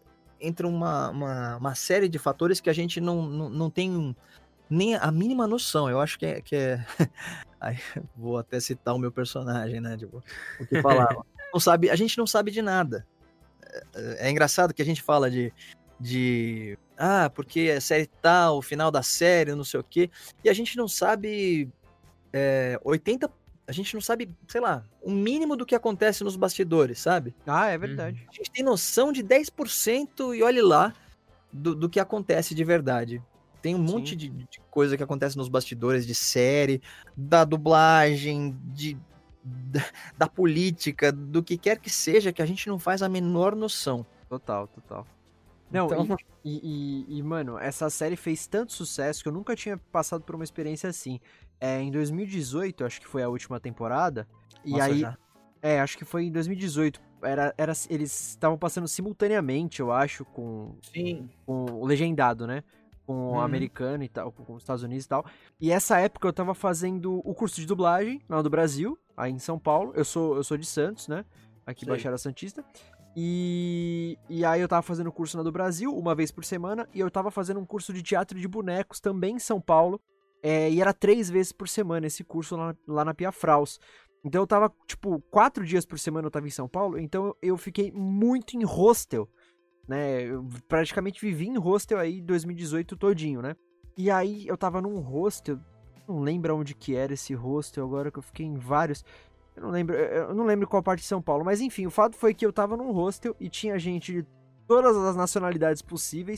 Speaker 4: uma série de fatores que a gente não tem nem a mínima noção. Eu acho que é... Aí, vou até citar o meu personagem, né? Tipo, o que falava. A gente não sabe de nada. É engraçado que a gente fala porque a série tal, o final da série, não sei o quê, e a gente não sabe 80%. A gente não sabe, sei lá, o mínimo do que acontece nos bastidores, sabe?
Speaker 1: É verdade.
Speaker 4: A gente tem noção de 10% e olhe lá do que acontece de verdade. Tem um monte de coisa que acontece nos bastidores de série, da dublagem, da política, do que quer que seja, que a gente não faz a menor noção.
Speaker 1: Total. Não,
Speaker 4: então...
Speaker 1: mano, essa série fez tanto sucesso que eu nunca tinha passado por uma experiência assim. Em 2018, acho que foi a última temporada. E
Speaker 4: Nossa,
Speaker 1: aí.
Speaker 4: já.
Speaker 1: Acho que foi em 2018. Eles estavam passando simultaneamente, eu acho, com o legendado, né? Com o americano e tal, com os Estados Unidos e tal. E essa época eu tava fazendo o curso de dublagem lá do Brasil, aí em São Paulo. Eu sou de Santos, né? Aqui, Baixada Santista. E aí eu tava fazendo curso na do Brasil, uma vez por semana, e eu tava fazendo um curso de teatro de bonecos também em São Paulo, e era 3 vezes por semana esse curso lá na Pia Fraus. Então eu tava, 4 dias por semana eu tava em São Paulo, então eu fiquei muito em hostel, né, eu praticamente vivi em hostel aí 2018 todinho, né. E aí eu tava num hostel, não lembro onde que era esse hostel agora, que eu fiquei em vários... Eu não lembro qual parte de São Paulo, mas enfim, o fato foi que eu tava num hostel e tinha gente de todas as nacionalidades possíveis,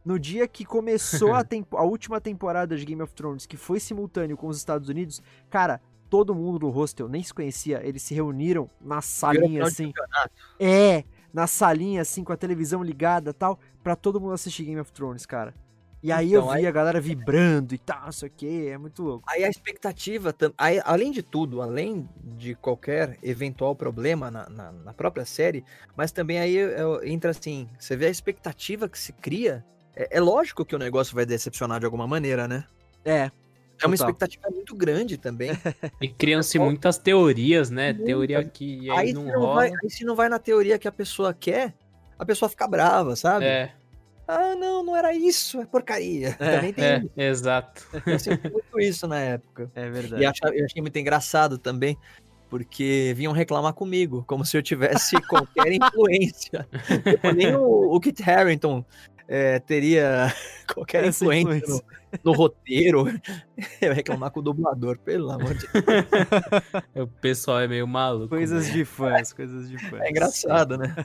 Speaker 1: no dia que começou a última temporada de Game of Thrones, que foi simultâneo com os Estados Unidos, cara, todo mundo no hostel nem se conhecia, eles se reuniram na salinha, assim. Na salinha, assim, com a televisão ligada e tal, pra todo mundo assistir Game of Thrones, cara. E aí
Speaker 4: Então,
Speaker 1: eu vi a galera vibrando e tal, não sei o que, é muito louco.
Speaker 4: Aí a expectativa, além de tudo, além de qualquer eventual problema na própria série, mas também aí entra assim, você vê a expectativa que se cria, é lógico que o negócio vai decepcionar de alguma maneira, né?
Speaker 1: É
Speaker 4: uma
Speaker 1: total.
Speaker 4: expectativa muito grande também.
Speaker 2: E criam-se muitas teorias, né?
Speaker 4: Muitas.
Speaker 2: Teoria que aí não rola.
Speaker 4: Aí se não vai na teoria que a pessoa quer, a pessoa fica brava, sabe?
Speaker 2: É,
Speaker 4: Ah, não era isso, é porcaria. Também tem
Speaker 2: exato.
Speaker 4: eu senti muito isso na época.
Speaker 1: É
Speaker 4: E
Speaker 1: verdade.
Speaker 4: eu achei muito engraçado também, porque vinham reclamar comigo, como se eu tivesse qualquer influência. Tipo, nem o Kit Harington teria qualquer
Speaker 1: Essa
Speaker 4: influência
Speaker 1: influência.
Speaker 4: no roteiro. Eu ia reclamar com o dublador, pelo amor de Deus.
Speaker 2: O pessoal é meio maluco.
Speaker 1: Coisas
Speaker 2: né?
Speaker 1: de fãs, coisas de fãs.
Speaker 4: É engraçado, né?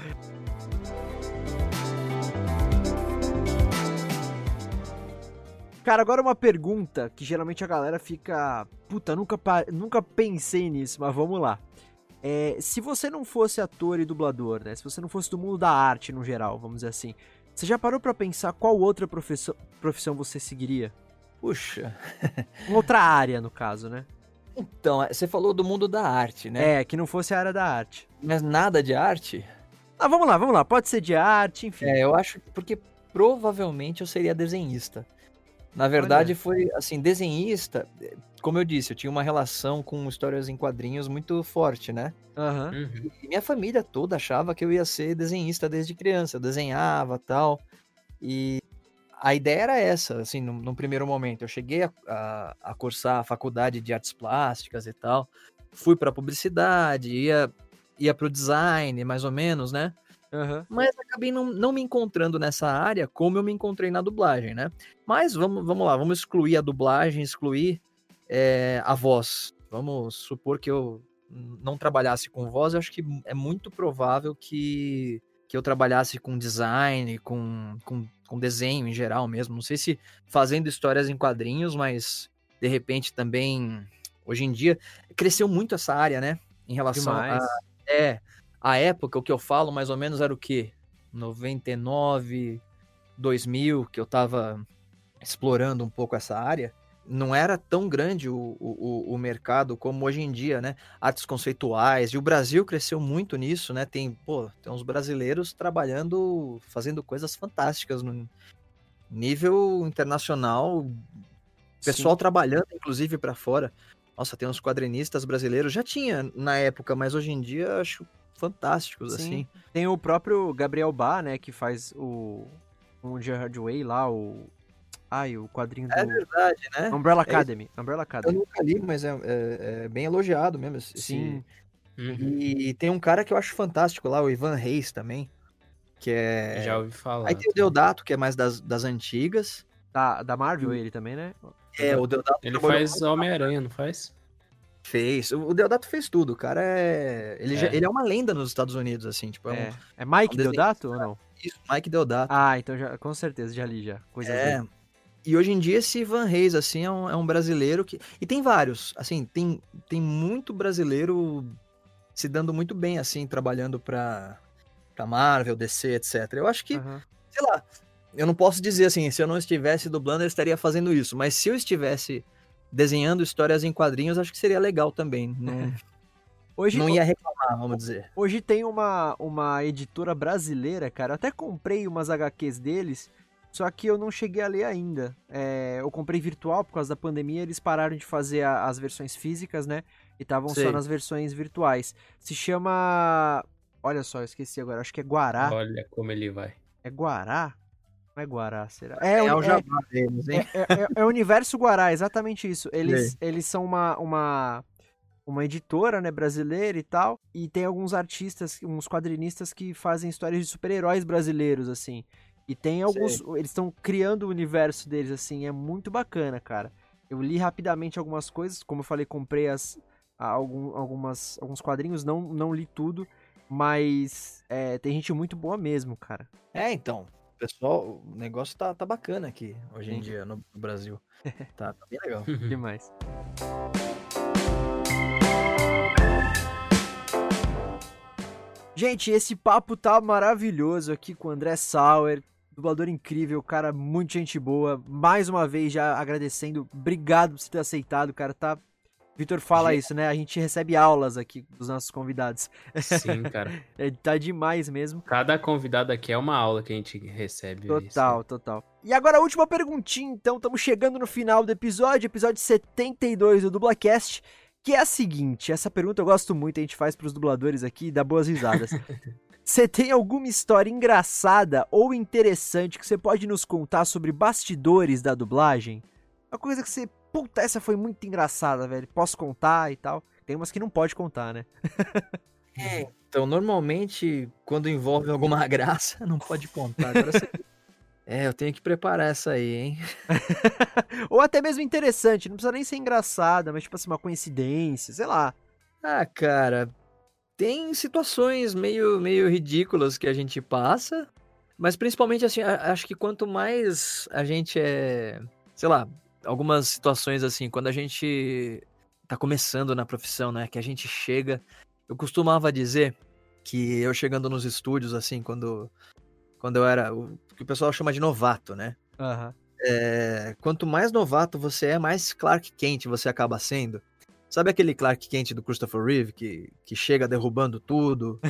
Speaker 1: Cara, agora uma pergunta que geralmente a galera fica... Puta, nunca pensei nisso, mas vamos lá. Se você não fosse ator e dublador, né? Se você não fosse do mundo da arte no geral, vamos dizer assim. Você já parou pra pensar qual outra profissão você seguiria?
Speaker 4: Puxa.
Speaker 1: Uma outra área, no caso, né?
Speaker 4: Então, você falou do mundo da arte, né?
Speaker 1: Que não fosse a área da arte.
Speaker 4: Mas nada de arte?
Speaker 1: Ah, vamos lá. Pode ser de arte, enfim.
Speaker 4: Eu acho que porque provavelmente eu seria desenhista. Na verdade,
Speaker 1: Olha.
Speaker 4: foi assim, desenhista, como eu disse, eu tinha uma relação com histórias em quadrinhos muito forte, né?
Speaker 1: Aham.
Speaker 2: Uhum.
Speaker 4: E minha família toda achava que eu ia ser desenhista desde criança, eu desenhava tal. E a ideia era essa, assim, num primeiro momento. Eu cheguei a cursar a faculdade de artes plásticas e tal, fui pra publicidade, ia pro design, mais ou menos, né?
Speaker 1: Aham.
Speaker 4: Mas acabei não me encontrando nessa área como eu me encontrei na dublagem, né? Mas vamos lá, vamos excluir a dublagem, excluir a voz. Vamos supor que eu não trabalhasse com voz, eu acho que é muito provável que eu trabalhasse com design, com desenho em geral mesmo. Não sei se fazendo histórias em quadrinhos, mas de repente também, hoje em dia, cresceu muito essa área, né? Em relação
Speaker 1: Demais.
Speaker 4: a época, o que eu falo mais ou menos era o quê? 99, 2000, que eu tava explorando um pouco essa área. Não era tão grande o mercado como hoje em dia, né? Artes conceituais. E o Brasil cresceu muito nisso, né? Tem uns brasileiros trabalhando, fazendo coisas fantásticas no nível internacional. Pessoal trabalhando, inclusive, para fora. Nossa, tem uns quadrinistas brasileiros. Já tinha na época, mas hoje em dia eu acho fantásticos,
Speaker 1: Sim.
Speaker 4: assim.
Speaker 1: Tem o próprio Gabriel Bá, né, que faz o Gerard Way lá, o quadrinho do
Speaker 4: É verdade, né?
Speaker 1: Umbrella Academy. Umbrella
Speaker 4: Eu
Speaker 1: Academy.
Speaker 4: nunca li, mas é bem elogiado mesmo.
Speaker 1: Sim.
Speaker 2: Uhum.
Speaker 4: E tem um cara que eu acho fantástico lá, o Ivan Reis também, que é...
Speaker 2: Já ouvi falar.
Speaker 4: Aí tem o Deodato, que é mais das antigas.
Speaker 1: Da Marvel ele também, né?
Speaker 4: O Deodato
Speaker 2: Ele
Speaker 4: trabalhou
Speaker 2: faz Homem-Aranha, não faz?
Speaker 4: Fez. O Deodato fez tudo. O cara ele é uma lenda nos Estados Unidos, assim. Tipo,
Speaker 1: É Mike
Speaker 4: um desenhista.
Speaker 1: Deodato ou não?
Speaker 4: Isso, Mike Deodato.
Speaker 1: Ah, então já, com certeza, já li já. Coisa dele.
Speaker 4: E hoje em dia esse Ivan Reis, assim, é um brasileiro que... E tem vários, assim, tem muito brasileiro se dando muito bem, assim, trabalhando pra Marvel, DC, etc. Eu acho que,
Speaker 1: Aham.
Speaker 4: sei lá, eu não posso dizer assim, se eu não estivesse dublando, eu estaria fazendo isso. Mas se eu estivesse desenhando histórias em quadrinhos, acho que seria legal também. Não ia reclamar, vamos dizer.
Speaker 1: Hoje tem uma editora brasileira, cara. Eu até comprei umas HQs deles, só que eu não cheguei a ler ainda. Eu comprei virtual por causa da pandemia, eles pararam de fazer as versões físicas, né? E estavam só
Speaker 4: Sei.
Speaker 1: nas versões virtuais. Se chama... Olha só, eu esqueci agora. Acho que é Guará.
Speaker 2: Olha como ele vai.
Speaker 1: É Guará? Não é Guará, será?
Speaker 4: É o jabá deles, hein?
Speaker 1: É Universo Guará, exatamente isso. Eles são uma editora, né, brasileira e tal, e tem alguns artistas, uns quadrinistas que fazem histórias de super-heróis brasileiros, assim. E tem alguns... Eles estão criando o universo deles, assim, é muito bacana, cara. Eu li rapidamente algumas coisas, como eu falei, comprei alguns quadrinhos, não li tudo, mas tem gente muito boa mesmo, cara.
Speaker 4: Então. pessoal, o negócio tá bacana aqui, hoje em dia, no Brasil. Tá bem legal.
Speaker 1: Demais. Gente, esse papo tá maravilhoso aqui com o André Sauer, dublador incrível, cara, muito gente boa. Mais uma vez, já agradecendo, obrigado por você ter aceitado, cara, tá... Vitor fala isso, né? A gente recebe aulas aqui dos nossos convidados.
Speaker 2: Sim, cara.
Speaker 1: Tá demais mesmo.
Speaker 2: Cada convidado aqui é uma aula que a gente recebe.
Speaker 1: Total. E agora a última perguntinha, então, estamos chegando no final do episódio 72 do Dublacast, que é a seguinte, essa pergunta eu gosto muito, a gente faz pros dubladores aqui e dá boas risadas. Você tem alguma história engraçada ou interessante que você pode nos contar sobre bastidores da dublagem? Uma coisa que você... Puta, essa foi muito engraçada, velho. Posso contar e tal? Tem umas que não pode contar, né?
Speaker 4: Então, normalmente, quando envolve alguma graça, não pode contar. Agora você... eu tenho que preparar essa aí, hein?
Speaker 1: Ou até mesmo interessante, não precisa nem ser engraçada, mas tipo assim, uma coincidência, sei lá.
Speaker 4: Ah, cara, tem situações meio ridículas que a gente passa, mas principalmente assim, acho que quanto mais a gente sei lá, algumas situações assim, quando a gente tá começando na profissão, né, que a gente chega, eu costumava dizer que eu chegando nos estúdios, assim, quando eu era, o que o pessoal chama de novato, né, quanto mais novato você é, mais Clark Kent você acaba sendo. Sabe aquele Clark Kent do Christopher Reeve que chega derrubando tudo,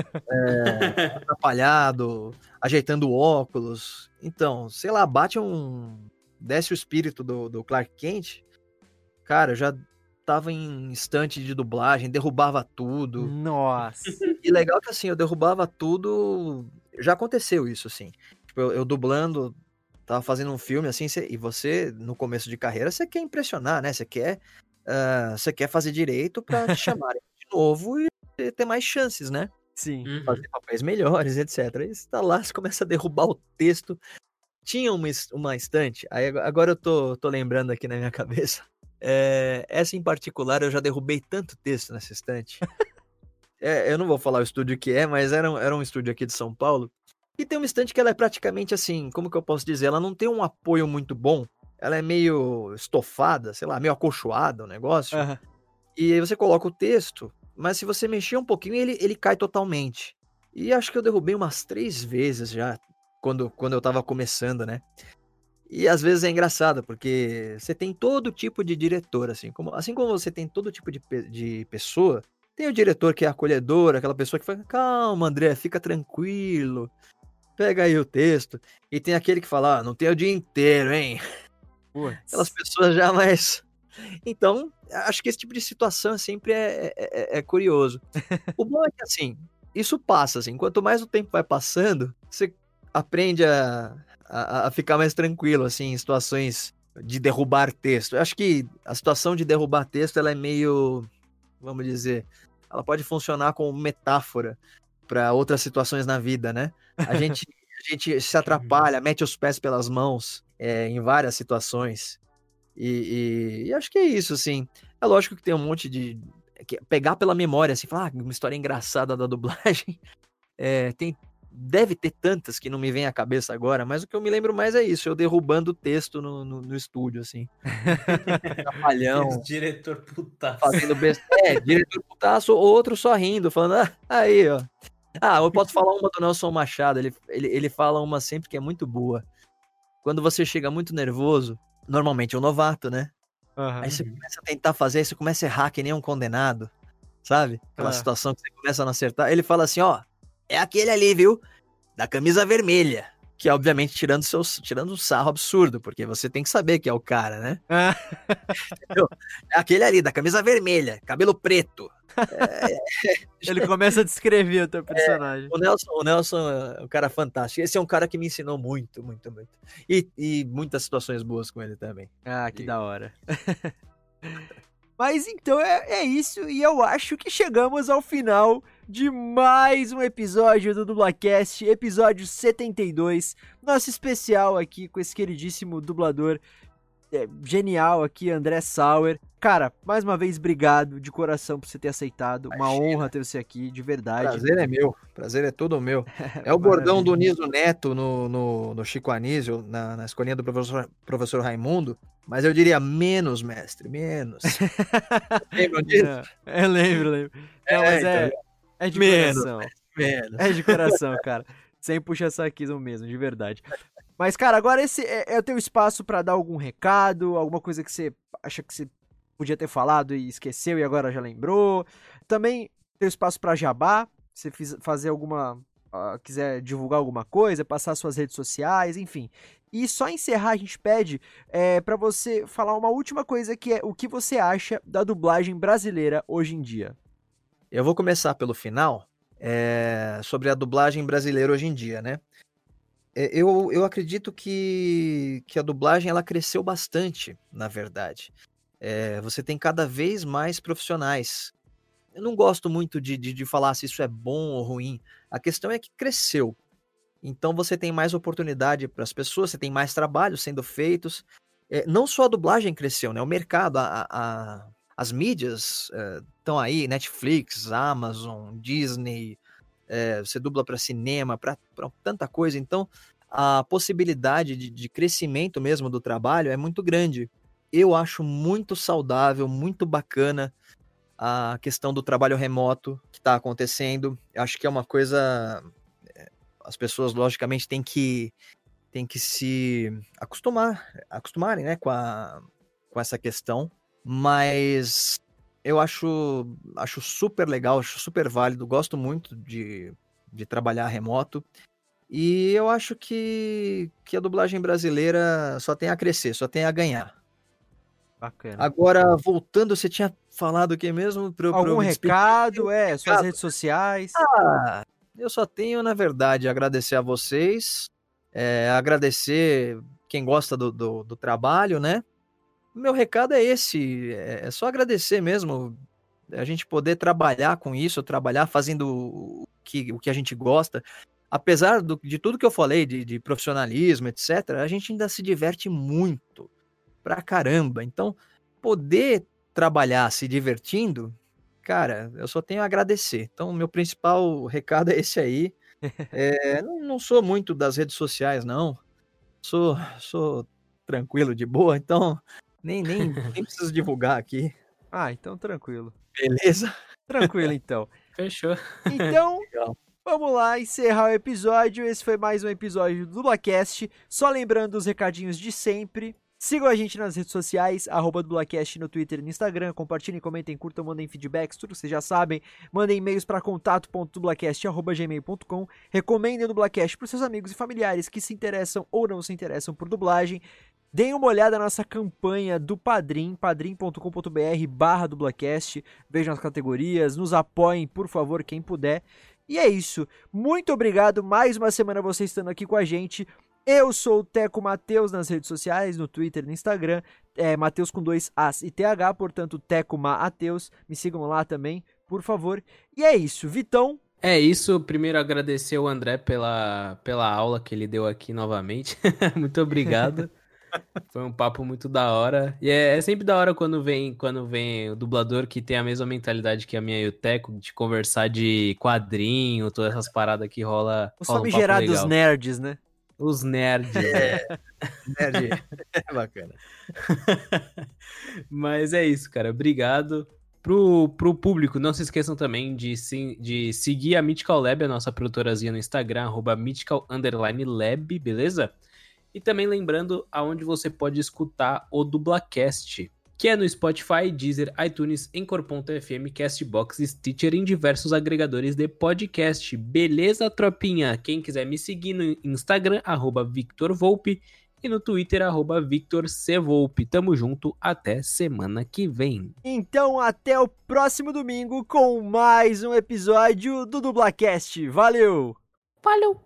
Speaker 4: atrapalhado, ajeitando o óculos? Então, sei lá, desce o espírito do Clark Kent, cara, eu já tava em instante de dublagem, derrubava tudo.
Speaker 1: Nossa.
Speaker 4: E legal que assim, eu derrubava tudo, já aconteceu isso, assim. Tipo, eu dublando, tava fazendo um filme, assim, e você, no começo de carreira, você quer impressionar, né? Você quer fazer direito pra te chamarem de novo e ter mais chances, né?
Speaker 1: Sim.
Speaker 4: Fazer papéis melhores, etc. E você tá lá, você começa a derrubar o texto. Tinha uma estante, aí agora eu tô lembrando aqui na minha cabeça. Essa em particular, eu já derrubei tanto texto nessa estante. Eu não vou falar o estúdio que é, mas era um estúdio aqui de São Paulo. E tem uma estante que ela é praticamente assim, como que eu posso dizer? Ela não tem um apoio muito bom. Ela é meio estofada, sei lá, meio acolchoada o negócio. E aí você coloca o texto, mas se você mexer um pouquinho, ele cai totalmente. E acho que eu derrubei umas 3 vezes já, quando eu tava começando, né? E às vezes é engraçado, porque você tem todo tipo de diretor, assim como você tem todo tipo de pessoa, tem o diretor que é acolhedor, aquela pessoa que fala, calma, André, fica tranquilo, pega aí o texto. E tem aquele que fala, não tem o dia inteiro, hein? Aquelas pessoas já mais... Então, acho que esse tipo de situação sempre é curioso. O bom é que, assim, isso passa, assim, quanto mais o tempo vai passando, você aprende a ficar mais tranquilo, assim, em situações de derrubar texto. Eu acho que a situação de derrubar texto, ela é meio, vamos dizer, ela pode funcionar como metáfora para outras situações na vida, né? A gente se atrapalha, mete os pés pelas mãos em várias situações. E acho que é isso, assim. É lógico que tem um monte de... pegar pela memória, assim, falar, uma história engraçada da dublagem. Deve ter tantas que não me vem à cabeça agora, mas o que eu me lembro mais é isso, eu derrubando o texto no estúdio, assim. Atrapalhão.
Speaker 2: Diretor putaço.
Speaker 4: Fazendo besteira. Diretor putaço, ou outro só rindo, falando, aí, ó. Eu posso falar uma do Nelson Machado, ele fala uma sempre que é muito boa. Quando você chega muito nervoso, normalmente é um novato, né? Aí você começa a tentar fazer, aí você começa a errar que nem um condenado, sabe? Aquela situação que você começa a não acertar. Ele fala assim, ó, é aquele ali, viu? Da camisa vermelha. Que, obviamente, tirando um sarro absurdo, porque você tem que saber que é o cara, né? Entendeu? É aquele ali, da camisa vermelha, cabelo preto.
Speaker 1: Ele começa a descrever o teu personagem.
Speaker 4: O Nelson é um cara fantástico. Esse é um cara que me ensinou muito, muito, muito. E muitas situações boas com ele também.
Speaker 1: Que da hora. Mas então é isso, e eu acho que chegamos ao final de mais um episódio do Dublacast, episódio 72, nosso especial aqui com esse queridíssimo dublador genial aqui, André Sauer. Cara, mais uma vez, obrigado de coração por você ter aceitado. Uma honra ter você aqui, de verdade.
Speaker 4: Prazer é meu, prazer é todo meu. É o bordão do Niso Neto no Chico Anísio, na escolinha do professor Raimundo, mas eu diria menos, mestre, menos. Lembram disso?
Speaker 1: Eu lembro. Não, mas é de
Speaker 4: menos,
Speaker 1: coração.
Speaker 4: Menos.
Speaker 1: É de coração, cara. Sem puxa-saquismo mesmo, de verdade. Mas, cara, agora esse é o teu espaço pra dar algum recado, alguma coisa que você acha que você podia ter falado e esqueceu e agora já lembrou. Também teu espaço pra jabá, se você fazer alguma... quiser divulgar alguma coisa, passar suas redes sociais, enfim. E só encerrar, a gente pede pra você falar uma última coisa, que é o que você acha da dublagem brasileira hoje em dia.
Speaker 4: Eu vou começar pelo final, sobre a dublagem brasileira hoje em dia, né? Eu acredito que a dublagem ela cresceu bastante, na verdade. Você tem cada vez mais profissionais. Eu não gosto muito de falar se isso é bom ou ruim. A questão é que cresceu. Então você tem mais oportunidade para as pessoas, você tem mais trabalhos sendo feitos. Não só a dublagem cresceu, né? O mercado, as mídias estão aí, Netflix, Amazon, Disney, você dubla para cinema, para tanta coisa. Então a possibilidade de crescimento mesmo do trabalho é muito grande. Eu acho muito saudável, muito bacana a questão do trabalho remoto que está acontecendo. Eu acho que é uma coisa... As pessoas, logicamente, têm que se acostumarem, né, com essa questão. Mas eu acho super legal, acho super válido. Gosto muito de trabalhar remoto. E eu acho que a dublagem brasileira só tem a crescer, só tem a ganhar.
Speaker 1: Bacana.
Speaker 4: Agora, voltando, você tinha falado o que mesmo?
Speaker 1: Algum recado, suas redes sociais?
Speaker 4: Eu só tenho, na verdade, agradecer a vocês, agradecer quem gosta do trabalho, né? O meu recado é esse, é só agradecer mesmo, a gente poder trabalhar com isso, trabalhar fazendo o que a gente gosta. Apesar de tudo que eu falei, de profissionalismo, etc., a gente ainda se diverte muito, pra caramba. Então, poder trabalhar se divertindo, cara, eu só tenho a agradecer. Então, meu principal recado é esse aí. Não sou muito das redes sociais, não. Sou tranquilo, de boa, então nem preciso divulgar aqui.
Speaker 1: Então tranquilo.
Speaker 4: Beleza?
Speaker 1: Tranquilo, então.
Speaker 2: Fechou.
Speaker 1: Então,
Speaker 4: Legal.
Speaker 1: vamos lá encerrar o episódio. Esse foi mais um episódio do Dublacast. Só lembrando os recadinhos de sempre. Sigam a gente nas redes sociais, @dublacast no Twitter e no Instagram. Compartilhem, comentem, curtam, mandem feedbacks, tudo que vocês já sabem. Mandem e-mails para contato.dublacast@gmail.com. Recomendem o Dublacast para seus amigos e familiares que se interessam ou não se interessam por dublagem. Deem uma olhada na nossa campanha do Padrim, padrim.com.br/dublacast. Vejam as categorias, nos apoiem, por favor, quem puder. E é isso. Muito obrigado. Mais uma semana você estando aqui com a gente. Eu sou o Teco Mateus nas redes sociais, no Twitter e no Instagram. Mateus com 2 As e TH, portanto, Teco Mateus. Me sigam lá também, por favor. E é isso. Vitão.
Speaker 2: É isso. Primeiro agradecer o André pela aula que ele deu aqui novamente. Muito obrigado. Foi um papo muito da hora. E é sempre da hora quando vem o dublador que tem a mesma mentalidade que a minha e o Teco, de conversar de quadrinho, todas essas paradas que rola.
Speaker 1: Os
Speaker 2: rola um papo
Speaker 1: famigerados
Speaker 2: legal.
Speaker 1: nerds, né?
Speaker 2: Os nerds.
Speaker 4: Nerd. Bacana.
Speaker 2: Mas é isso, cara. Obrigado. Pro público, não se esqueçam também de seguir a Mythical Lab, a nossa produtorazinha no Instagram, @mythical_lab, beleza? E também lembrando aonde você pode escutar o Dublacast, que é no Spotify, Deezer, iTunes, Anchor.fm, Castbox, Stitcher e em diversos agregadores de podcast. Beleza, tropinha? Quem quiser me seguir no Instagram, @VictorVolpe, e no Twitter, @VictorCVolpe. Tamo junto, até semana que vem.
Speaker 1: Então, até o próximo domingo com mais um episódio do Dublacast. Valeu!
Speaker 2: Valeu!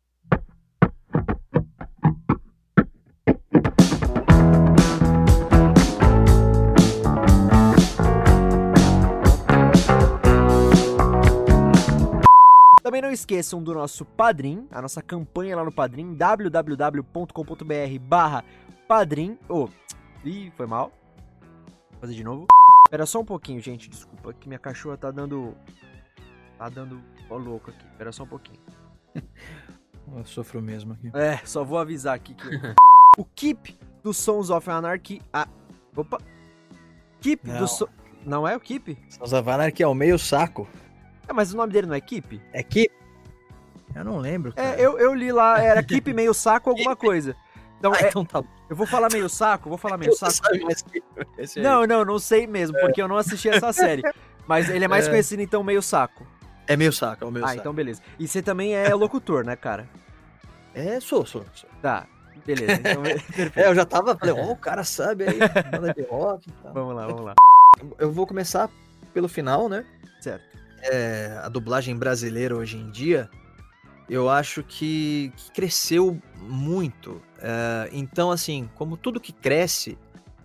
Speaker 1: Também não esqueçam do nosso Padrim, a nossa campanha lá no Padrim, www.com.br/padrim. Ih, foi mal. Vou fazer de novo. Espera só um pouquinho, gente. Desculpa, que minha cachorra tá dando... Ó louco aqui. Espera só um pouquinho.
Speaker 4: Eu sofro mesmo aqui.
Speaker 1: É, só vou avisar aqui que... O Keep do Sons of Anarchy... Opa! Keep
Speaker 4: Não.
Speaker 1: do... Não é o Keep?
Speaker 4: Sons of Anarchy é o meio saco.
Speaker 1: Mas o nome dele não é Keep?
Speaker 4: É Keep? Eu não lembro, cara.
Speaker 1: Eu li lá, era Keep meio saco alguma coisa. Então,
Speaker 4: Então tá bom.
Speaker 1: eu vou falar meio saco,
Speaker 4: Você sabe mais que esse aí.
Speaker 1: Não sei mesmo, porque eu não assisti essa série. Mas ele é mais conhecido, então, meio saco.
Speaker 4: É meio saco, é o meio saco.
Speaker 1: Então beleza. E você também é locutor, né, cara?
Speaker 4: Sou.
Speaker 1: Tá, beleza. Então, perfeito.
Speaker 4: Eu já tava, falei, o cara sabe aí, banda de rock e tal.
Speaker 1: Vamos lá.
Speaker 4: Eu vou começar pelo final, né?
Speaker 1: Certo.
Speaker 4: A dublagem brasileira hoje em dia, eu acho que cresceu muito. Então, assim, como tudo que cresce,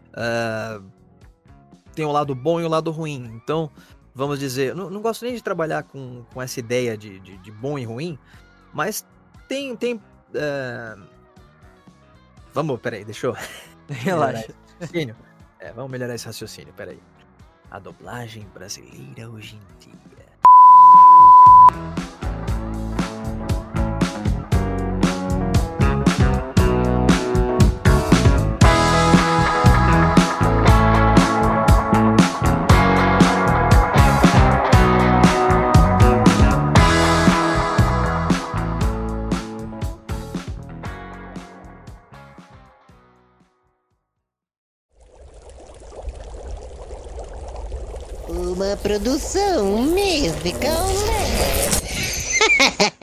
Speaker 4: tem o lado bom e o lado ruim. Então, vamos dizer, não gosto nem de trabalhar com essa ideia de bom e ruim, mas tem vamos, peraí, deixa eu...
Speaker 1: Relaxa.
Speaker 4: Raciocínio. Vamos melhorar esse raciocínio, peraí. A dublagem brasileira hoje em dia.
Speaker 5: Uma produção musical leve.